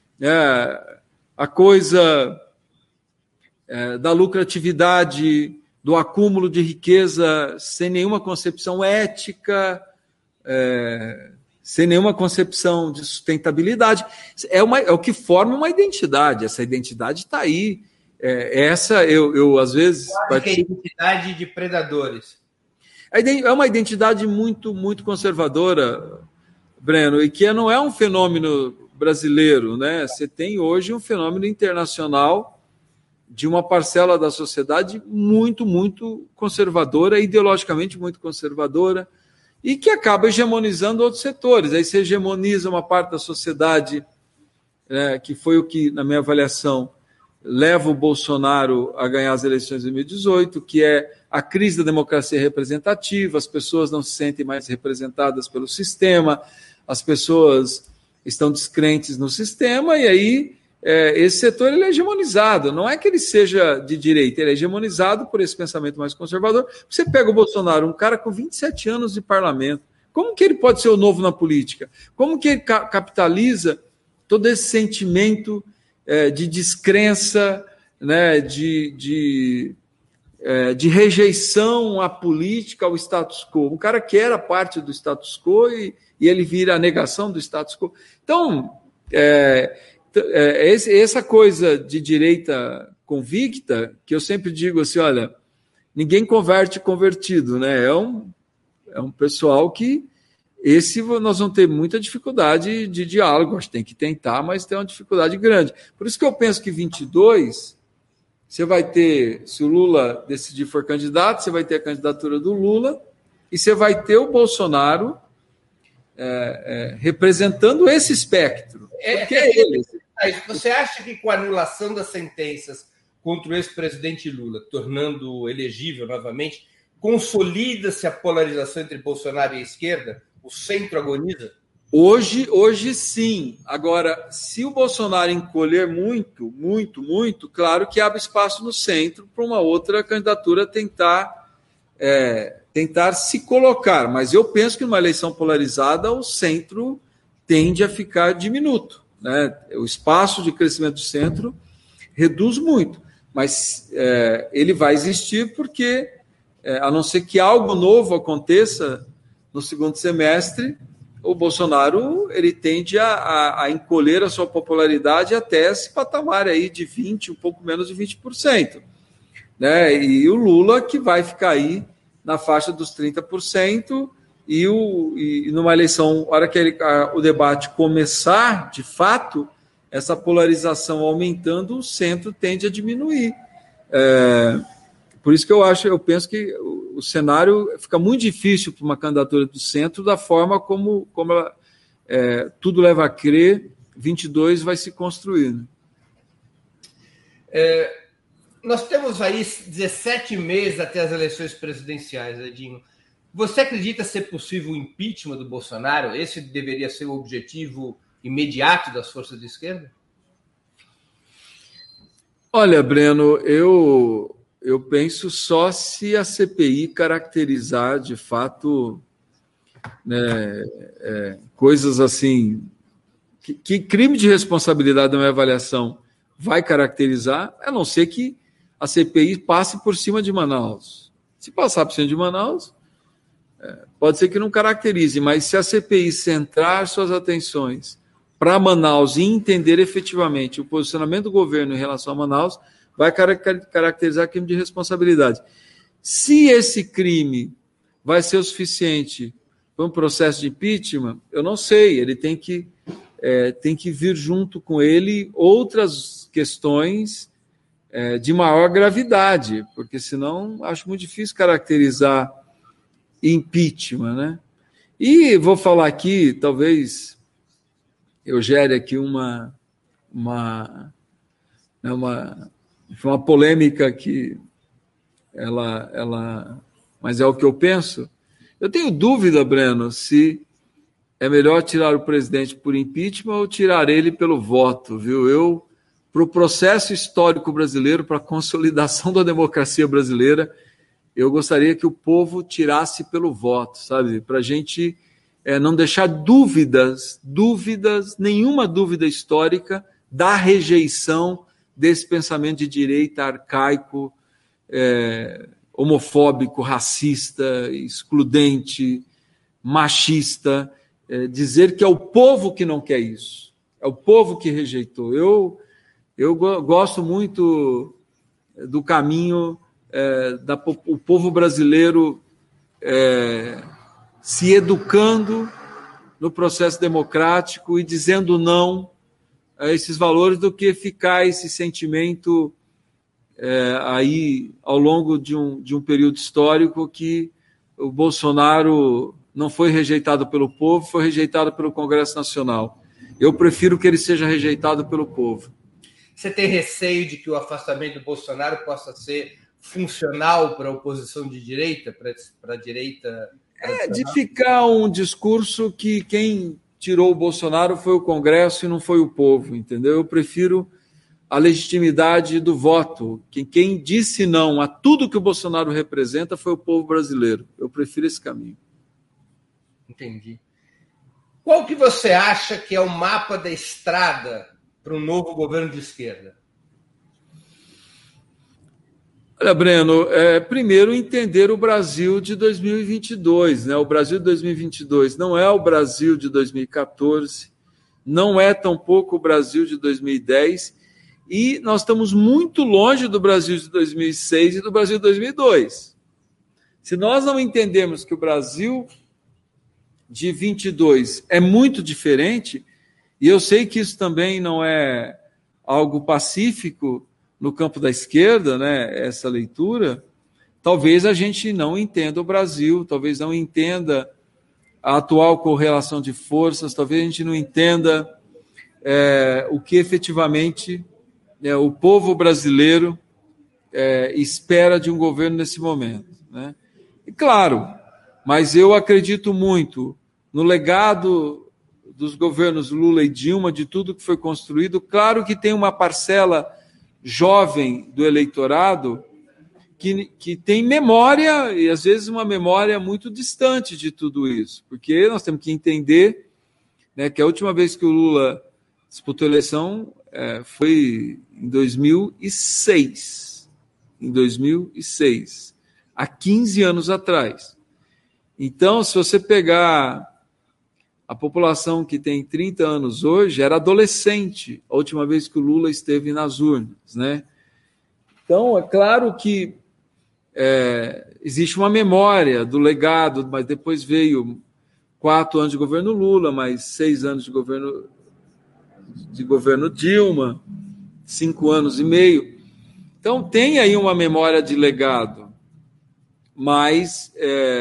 a coisa da lucratividade, do acúmulo de riqueza sem nenhuma concepção ética, sem nenhuma concepção de sustentabilidade. É o que forma uma identidade. Essa identidade está aí. Eu às vezes...
Quase que é a identidade de predadores.
É uma identidade muito, muito conservadora, Breno, e que não é um fenômeno brasileiro, né? Você tem hoje um fenômeno internacional de uma parcela da sociedade muito, muito conservadora, ideologicamente muito conservadora, e que acaba hegemonizando outros setores. Aí você hegemoniza uma parte da sociedade, que foi o que, na minha avaliação, leva o Bolsonaro a ganhar as eleições de 2018, que é a crise da democracia representativa, as pessoas não se sentem mais representadas pelo sistema, as pessoas estão descrentes no sistema, e aí esse setor ele é hegemonizado. Não é que ele seja de direita, ele é hegemonizado por esse pensamento mais conservador. Você pega o Bolsonaro, um cara com 27 anos de parlamento, como que ele pode ser o novo na política? Como que ele capitaliza todo esse sentimento de descrença, né, de rejeição à política, ao status quo? Um cara que era parte do status quo e ele vira a negação do status quo. Então, essa coisa de direita convicta, que eu sempre digo assim, olha, ninguém converte convertido, né? É um pessoal que nós vamos ter muita dificuldade de diálogo, acho que tem que tentar, mas tem uma dificuldade grande. Por isso que eu penso que 22, você vai ter, se o Lula decidir for candidato, você vai ter a candidatura do Lula e você vai ter o Bolsonaro representando esse espectro. Porque é ele.
Você acha que com a anulação das sentenças contra o ex-presidente Lula, tornando elegível novamente, consolida-se a polarização entre Bolsonaro e a esquerda? O centro agoniza?
Hoje sim. Agora, se o Bolsonaro encolher muito, muito, muito, claro que abre espaço no centro para uma outra candidatura tentar se colocar. Mas eu penso que numa eleição polarizada o centro tende a ficar diminuto, né? O espaço de crescimento do centro reduz muito. Mas ele vai existir porque, a não ser que algo novo aconteça no segundo semestre, o Bolsonaro ele tende a encolher a sua popularidade até esse patamar aí de 20%, um pouco menos de 20%. Né? E o Lula que vai ficar aí na faixa dos 30%, e numa eleição, na hora que o debate começar, de fato, essa polarização aumentando, o centro tende a diminuir. Por isso que eu penso que o cenário fica muito difícil para uma candidatura do centro, da forma como tudo leva a crer, 22 vai se construir.
Nós temos aí 17 meses até as eleições presidenciais, Edinho. Você acredita ser possível o impeachment do Bolsonaro? Esse deveria ser o objetivo imediato das forças de esquerda?
Olha, Breno, eu penso só se a CPI caracterizar, de fato, né, coisas assim, que crime de responsabilidade na minha avaliação vai caracterizar, a não ser que a CPI passe por cima de Manaus. Se passar por cima de Manaus, pode ser que não caracterize, mas se a CPI centrar suas atenções para Manaus e entender efetivamente o posicionamento do governo em relação a Manaus, vai caracterizar crime de responsabilidade. Se esse crime vai ser o suficiente para um processo de impeachment, eu não sei. Ele tem que vir junto com ele outras questões de maior gravidade, porque senão acho muito difícil caracterizar impeachment, né? E vou falar aqui, talvez eu gere aqui uma polêmica que mas é o que eu penso. Eu tenho dúvida, Breno, se é melhor tirar o presidente por impeachment ou tirar ele pelo voto, viu? Para o processo histórico brasileiro, para a consolidação da democracia brasileira, eu gostaria que o povo tirasse pelo voto, sabe? Para a gente não deixar dúvidas, nenhuma dúvida histórica da rejeição desse pensamento de direita arcaico, homofóbico, racista, excludente, machista, dizer que é o povo que não quer isso, é o povo que rejeitou. Eu gosto muito do caminho o povo brasileiro se educando no processo democrático e dizendo não a esses valores do que ficar esse sentimento aí ao longo de um período histórico que o Bolsonaro não foi rejeitado pelo povo, foi rejeitado pelo Congresso Nacional. Eu prefiro que ele seja rejeitado pelo povo.
Você tem receio de que o afastamento do Bolsonaro possa ser funcional para a oposição de direita, para a direita?
De ficar um discurso que quem tirou o Bolsonaro foi o Congresso e não foi o povo, entendeu? Eu prefiro a legitimidade do voto. Quem disse não a tudo que o Bolsonaro representa foi o povo brasileiro. Eu prefiro esse caminho.
Entendi. Qual que você acha que é o mapa da estrada para um novo governo de esquerda?
Olha, Breno, primeiro entender o Brasil de 2022, né? O Brasil de 2022 não é o Brasil de 2014, não é tampouco o Brasil de 2010, e nós estamos muito longe do Brasil de 2006 e do Brasil de 2002. Se nós não entendermos que o Brasil de 22 é muito diferente, e eu sei que isso também não é algo pacífico no campo da esquerda, né, essa leitura, talvez a gente não entenda o Brasil, talvez não entenda a atual correlação de forças, talvez a gente não entenda o que efetivamente o povo brasileiro espera de um governo nesse momento, né? E claro, mas eu acredito muito no legado dos governos Lula e Dilma, de tudo que foi construído. Claro que tem uma parcela jovem do eleitorado que tem memória, e às vezes uma memória muito distante de tudo isso, porque nós temos que entender, né, que a última vez que o Lula disputou a eleição foi em 2006, há 15 anos atrás. Então, se você pegar a população que tem 30 anos hoje, era adolescente a última vez que o Lula esteve nas urnas, né? Então, é claro que existe uma memória do legado, mas depois veio 4 anos de governo Lula, mais 6 anos de governo Dilma, 5 anos e meio. Então, tem aí uma memória de legado, mas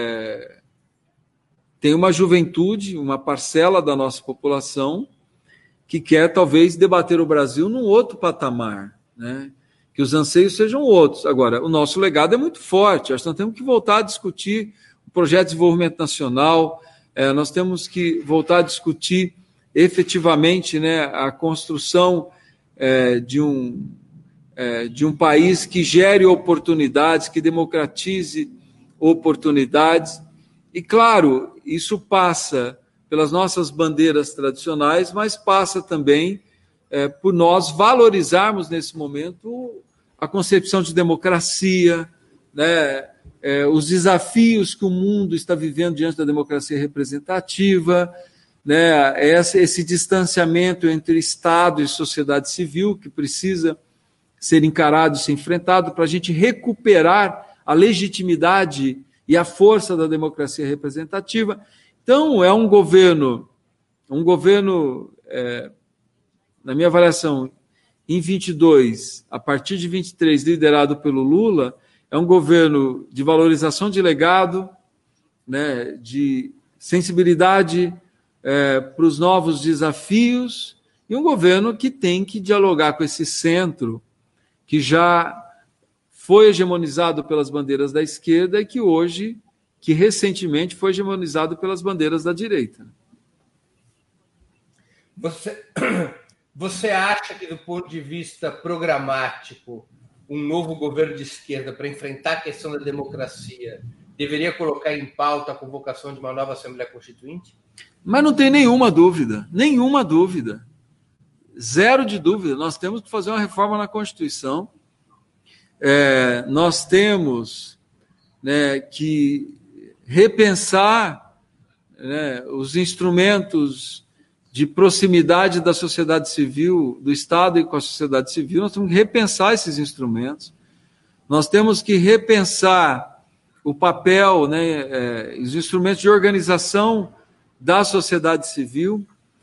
tem uma juventude, uma parcela da nossa população que quer, talvez, debater o Brasil num outro patamar, né? Que os anseios sejam outros. Agora, o nosso legado é muito forte, nós temos que voltar a discutir o projeto de desenvolvimento nacional, nós temos que voltar a discutir efetivamente, né, a construção de um país que gere oportunidades, que democratize oportunidades. E, claro, isso passa pelas nossas bandeiras tradicionais, mas passa também por nós valorizarmos, nesse momento, a concepção de democracia, né, os desafios que o mundo está vivendo diante da democracia representativa, né, esse distanciamento entre Estado e sociedade civil, que precisa ser encarado e ser enfrentado para a gente recuperar a legitimidade e a força da democracia representativa. Então, é um governo, na minha avaliação, em 22, a partir de 23, liderado pelo Lula, é um governo de valorização de legado, né, de sensibilidade para os novos desafios, e um governo que tem que dialogar com esse centro, que já foi hegemonizado pelas bandeiras da esquerda e que recentemente foi hegemonizado pelas bandeiras da direita.
Você acha que, do ponto de vista programático, um novo governo de esquerda, para enfrentar a questão da democracia, deveria colocar em pauta a convocação de uma nova Assembleia Constituinte?
Mas não tem nenhuma dúvida, zero de dúvida. Nós temos que fazer uma reforma na Constituição, nós temos, né, que repensar, né, os instrumentos de proximidade da sociedade civil, do Estado e com a sociedade civil. Nós temos que repensar esses instrumentos, nós temos que repensar o papel, né, os instrumentos de organização da sociedade civil,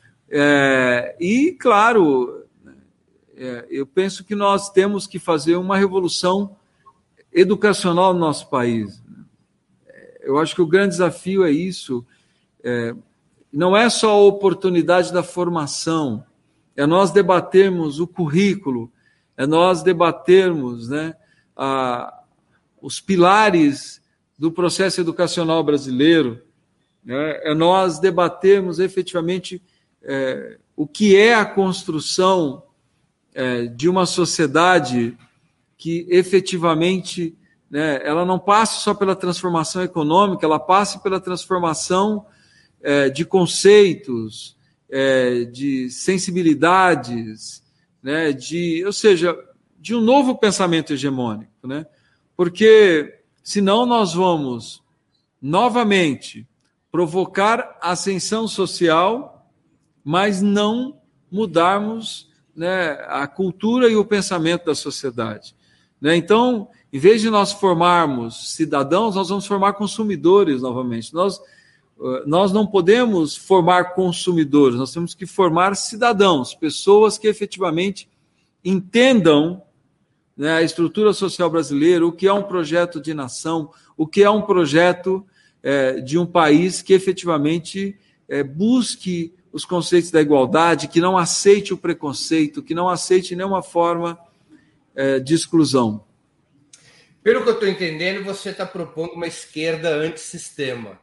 e, claro, eu penso que nós temos que fazer uma revolução educacional no nosso país. Eu acho que o grande desafio é isso, não é só a oportunidade da formação, é nós debatermos o currículo, é nós debatermos, né, os pilares do processo educacional brasileiro, né, é nós debatermos efetivamente o que é a construção de uma sociedade que efetivamente, né, ela não passe só pela transformação econômica, ela passe pela transformação de conceitos, de sensibilidades, né, ou seja, de um novo pensamento hegemônico, né? Porque senão nós vamos novamente provocar ascensão social, mas não mudarmos, né, a cultura e o pensamento da sociedade, né? Então, em vez de nós formarmos cidadãos, nós vamos formar consumidores novamente. Nós não podemos formar consumidores, nós temos que formar cidadãos, pessoas que efetivamente entendam, né, a estrutura social brasileira, o que é um projeto de nação, o que é um projeto de um país que efetivamente busque os conceitos da igualdade, que não aceite o preconceito, que não aceite nenhuma forma de exclusão.
Pelo que eu estou entendendo, você está propondo uma esquerda antissistema.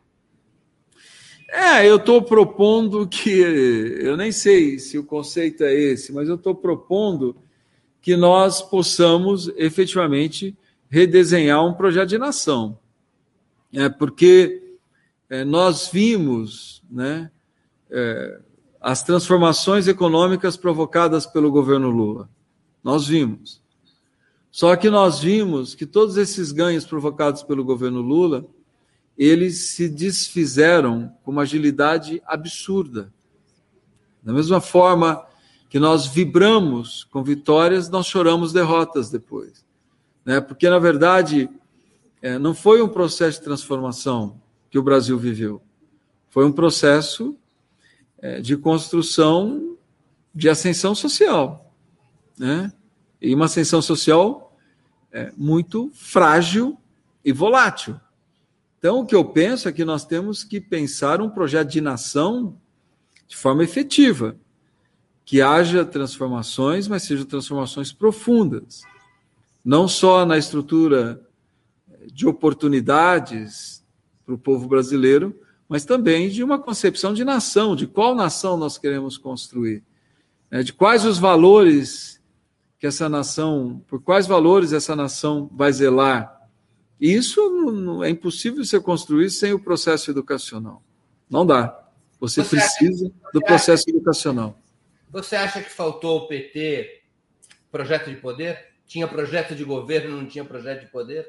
Eu estou propondo que, eu nem sei se o conceito é esse, mas eu estou propondo que nós possamos efetivamente redesenhar um projeto de nação. Porque nós vimos, né, as transformações econômicas provocadas pelo governo Lula. Nós vimos. Só que nós vimos que todos esses ganhos provocados pelo governo Lula, eles se desfizeram com uma agilidade absurda. Da mesma forma que nós vibramos com vitórias, nós choramos derrotas depois, né? Porque, na verdade, não foi um processo de transformação que o Brasil viveu. Foi um processo de construção de ascensão social, né? E uma ascensão social muito frágil e volátil. Então, o que eu penso é que nós temos que pensar um projeto de nação de forma efetiva, que haja transformações, mas sejam transformações profundas, não só na estrutura de oportunidades para o povo brasileiro, mas também de uma concepção de nação, de qual nação nós queremos construir, né? De quais os valores que essa nação, por quais valores essa nação vai zelar. E isso não é impossível ser construído sem o processo educacional. Não dá. Você precisa do processo educacional.
Você acha que faltou ao PT projeto de poder? Tinha projeto de governo, não tinha projeto de poder?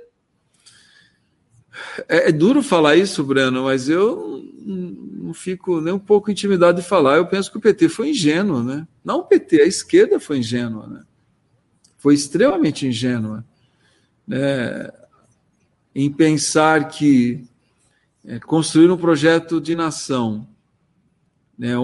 É duro falar isso, Breno, mas eu não fico nem um pouco intimidado de falar. Eu penso que o PT foi ingênuo, né? Não o PT, a esquerda foi ingênua, né? Foi extremamente ingênua, né? Em pensar que construir um projeto de nação, né,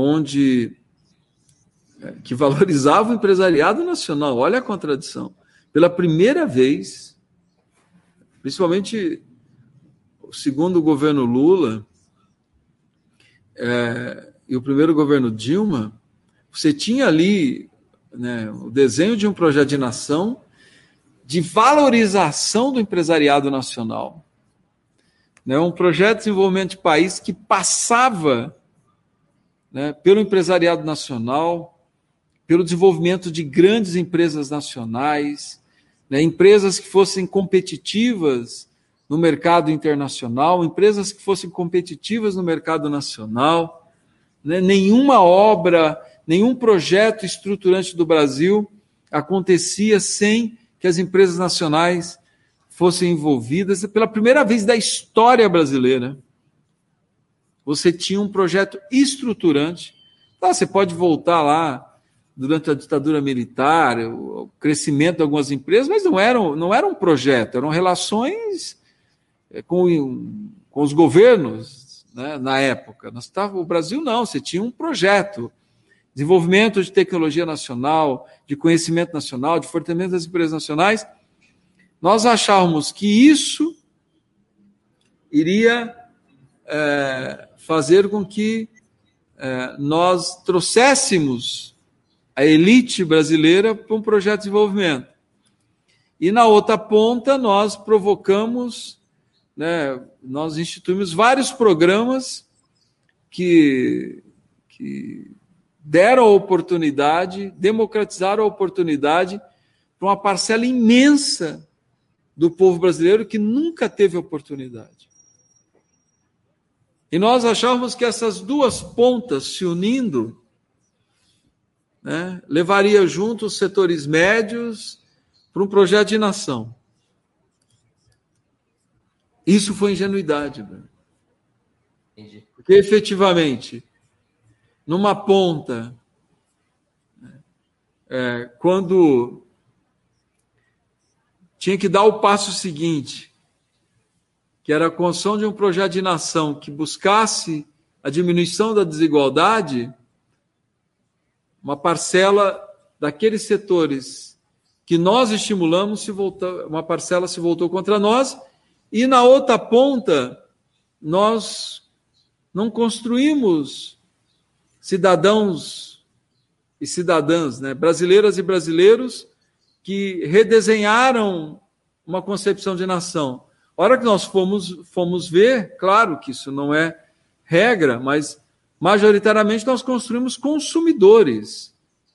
que valorizava o empresariado nacional. Olha a contradição. Pela primeira vez, principalmente o segundo governo Lula e o primeiro governo Dilma, você tinha ali, né, o desenho de um projeto de nação de valorização do empresariado nacional. Né, um projeto de desenvolvimento de país que passava né, pelo empresariado nacional, pelo desenvolvimento de grandes empresas nacionais, né, empresas que fossem competitivas no mercado internacional, empresas que fossem competitivas no mercado nacional, né, nenhuma obra, nenhum projeto estruturante do Brasil acontecia sem que as empresas nacionais fossem envolvidas. Pela primeira vez da história brasileira, você tinha um projeto estruturante. Tá, você pode voltar lá durante a ditadura militar, o crescimento de algumas empresas, mas não era um projeto, eram relações com os governos, né, na época. O Brasil não, você tinha um projeto. Desenvolvimento de tecnologia nacional, de conhecimento nacional, de fortalecimento das empresas nacionais. Nós achávamos que isso iria fazer com que nós trouxéssemos a elite brasileira para um projeto de desenvolvimento. E na outra ponta nós provocamos, né, nós instituímos vários programas que deram a oportunidade, democratizaram a oportunidade para uma parcela imensa do povo brasileiro que nunca teve oportunidade. E nós achávamos que essas duas pontas se unindo, né, levaria junto os setores médios para um projeto de nação. Isso foi ingenuidade. Entendi. Porque, efetivamente, numa ponta, quando tinha que dar o passo seguinte, que era a construção de um projeto de nação que buscasse a diminuição da desigualdade, uma parcela daqueles setores que nós estimulamos, uma parcela se voltou contra nós, e na outra ponta, nós não construímos cidadãos e cidadãs, né, brasileiras e brasileiros que redesenharam uma concepção de nação. A hora que nós fomos ver, claro que isso não é regra, mas majoritariamente nós construímos consumidores,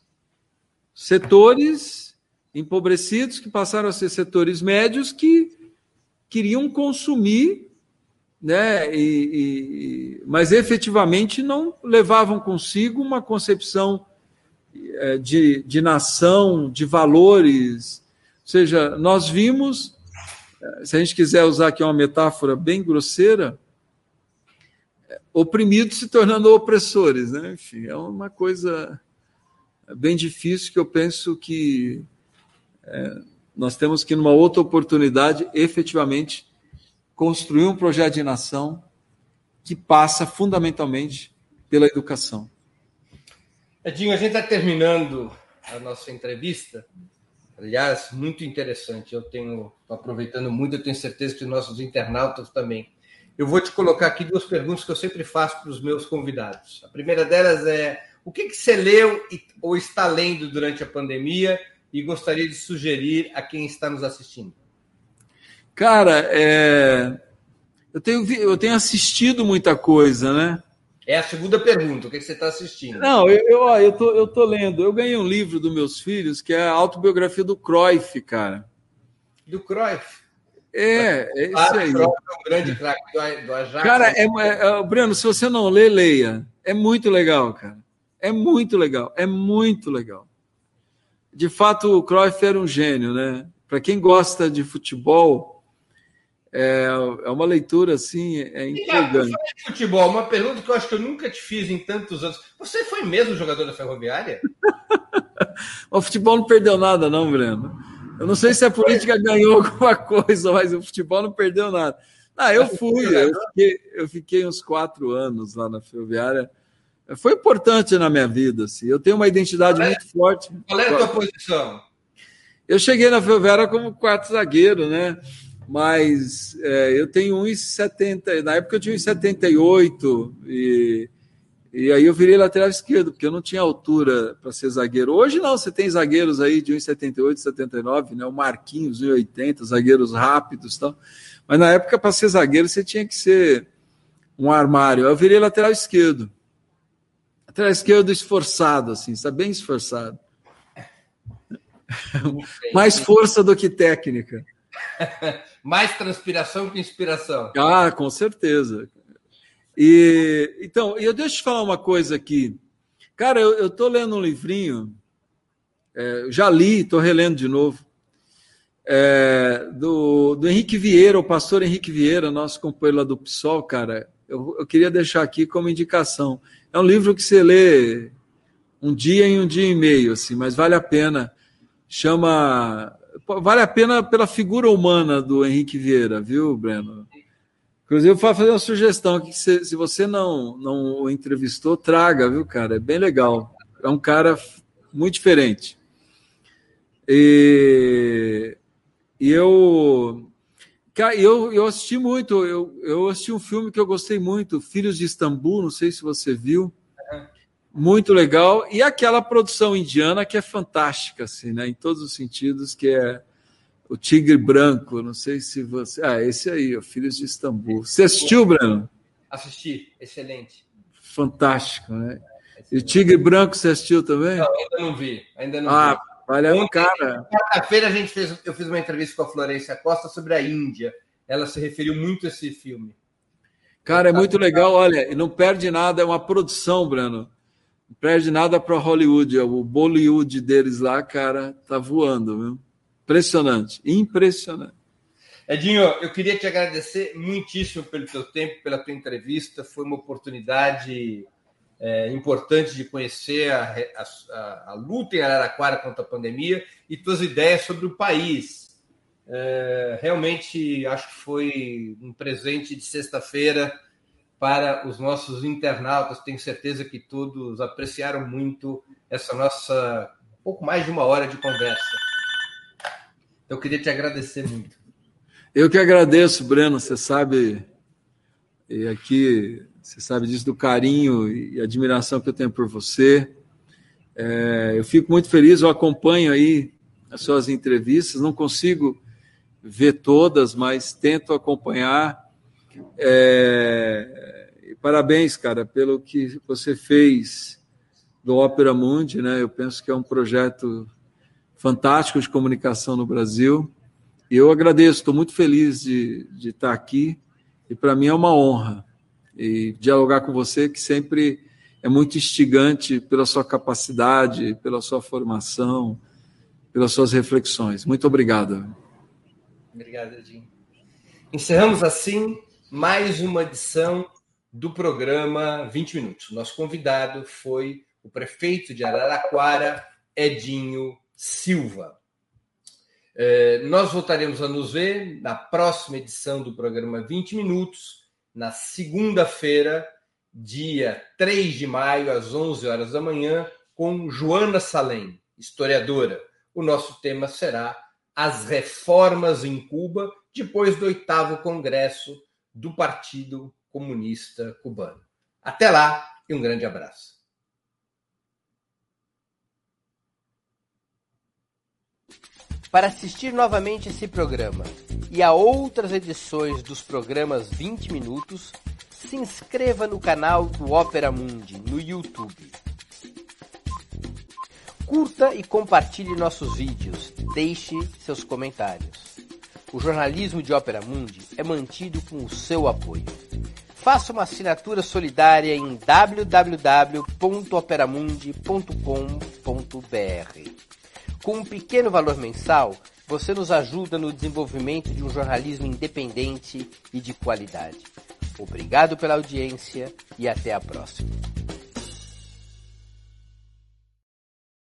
setores empobrecidos que passaram a ser setores médios que queriam consumir, né, mas efetivamente não levavam consigo uma concepção de nação, de valores. Ou seja, nós vimos, se a gente quiser usar aqui uma metáfora bem grosseira, oprimidos se tornando opressores, né? Enfim, é uma coisa bem difícil que eu penso que nós temos que, numa outra oportunidade, efetivamente construir um projeto de nação que passa fundamentalmente pela educação.
Edinho, a gente está terminando a nossa entrevista. Aliás, muito interessante. Eu estou aproveitando muito, eu tenho certeza que os nossos internautas também. Eu vou te colocar aqui duas perguntas que eu sempre faço para os meus convidados. A primeira delas é: o que você leu ou está lendo durante a pandemia e gostaria de sugerir a quem está nos assistindo?
Cara, eu tenho assistido muita coisa, né?
É a segunda pergunta, o que você está assistindo?
Não, eu tô lendo. Eu ganhei um livro dos meus filhos, que é a autobiografia do Cruyff, cara.
Do Cruyff?
É isso aí.
Cruyff é um grande craque do Ajax.
Cara, Breno, se você não lê, leia. É muito legal, cara. É muito legal. De fato, o Cruyff era um gênio, né? Para quem gosta de futebol, é uma leitura, assim, intrigante.
De futebol, uma pergunta que eu acho que eu nunca te fiz em tantos anos. Você foi mesmo jogador da Ferroviária?
O futebol não perdeu nada, não, Breno. Eu não sei se a política ganhou alguma coisa, mas o futebol não perdeu nada. Eu fui. Eu fiquei uns 4 anos lá na Ferroviária. Foi importante na minha vida, assim. Eu tenho uma identidade muito forte.
Qual é a tua posição?
Eu cheguei na Ferroviária como quarto zagueiro, né? Mas eu tenho 1,70. Na época eu tinha 1,78 e aí eu virei lateral esquerdo, porque eu não tinha altura para ser zagueiro. Hoje não, você tem zagueiros aí de 1,78, 79, né? O Marquinhos, 1,80, zagueiros rápidos e tal. Mas na época, para ser zagueiro, você tinha que ser um armário. Eu virei lateral esquerdo. lateral esquerdo esforçado, assim, está bem esforçado. Mais força do que técnica.
Mais transpiração que inspiração.
Ah, com certeza. Então, eu deixo eu te falar uma coisa aqui. Cara, eu estou lendo um livrinho, já li, estou relendo de novo, do Henrique Vieira, o pastor Henrique Vieira, nosso companheiro lá do PSOL, cara. Eu queria deixar aqui como indicação. É um livro que você lê um dia em um dia e meio, assim, mas vale a pena. Vale a pena pela figura humana do Henrique Vieira, viu, Breno? Inclusive, eu vou fazer uma sugestão que se você não o entrevistou, traga, viu, cara? É bem legal. É um cara muito diferente. E eu assisti muito. Eu assisti um filme que eu gostei muito, Filhos de Istambul, não sei se você viu. Muito legal. E aquela produção indiana que é fantástica, assim, né? Em todos os sentidos, que é O Tigre Branco. Não sei se você... esse aí, o Filhos de Istambul. Você assistiu, Breno?
Assisti, excelente.
Fantástico, né? E o Tigre Branco você assistiu também?
Não, ainda não vi.
Vale a cara.
Quarta-feira eu fiz uma entrevista com a Florência Costa sobre a Índia. Ela se referiu muito a esse filme.
Cara, é muito legal. Olha, e não perde nada, é uma produção, Breno. Não perde nada para Hollywood. O Bollywood deles lá, cara, tá voando, viu? Impressionante.
Edinho, eu queria te agradecer muitíssimo pelo teu tempo, pela tua entrevista. Foi uma oportunidade importante de conhecer a luta em Araraquara contra a pandemia e tuas ideias sobre o país. Realmente acho que foi um presente de sexta-feira para os nossos internautas. Tenho certeza que todos apreciaram muito essa nossa pouco mais de uma hora de conversa. Então, eu queria te agradecer muito.
Eu que agradeço, Breno. Você sabe, e aqui você sabe disso, do carinho e admiração que eu tenho por você. Eu fico muito feliz, eu acompanho aí as suas entrevistas, não consigo ver todas, mas tento acompanhar. Parabéns, cara, pelo que você fez do Opera Mundi, né? Eu penso que é um projeto fantástico de comunicação no Brasil. E eu agradeço, estou muito feliz de estar aqui, e para mim é uma honra e dialogar com você, que sempre é muito instigante pela sua capacidade, pela sua formação, pelas suas reflexões. Muito obrigado.
Obrigado, Edinho. Encerramos assim mais uma edição do programa 20 Minutos. Nosso convidado foi o prefeito de Araraquara, Edinho Silva. Nós voltaremos a nos ver na próxima edição do programa 20 Minutos, na segunda-feira, dia 3 de maio, às 11 horas da manhã, com Joana Salem, historiadora. O nosso tema será as reformas em Cuba, depois do 8º Congresso do Partido Comunista Cubano. Até lá e um grande abraço. Para assistir novamente esse programa e a outras edições dos programas 20 Minutos, se inscreva no canal do Opera Mundi no YouTube. Curta e compartilhe nossos vídeos, deixe seus comentários. O jornalismo de Opera Mundi é mantido com o seu apoio. Faça uma assinatura solidária em www.operamundi.com.br. Com um pequeno valor mensal, você nos ajuda no desenvolvimento de um jornalismo independente e de qualidade. Obrigado pela audiência e até a próxima.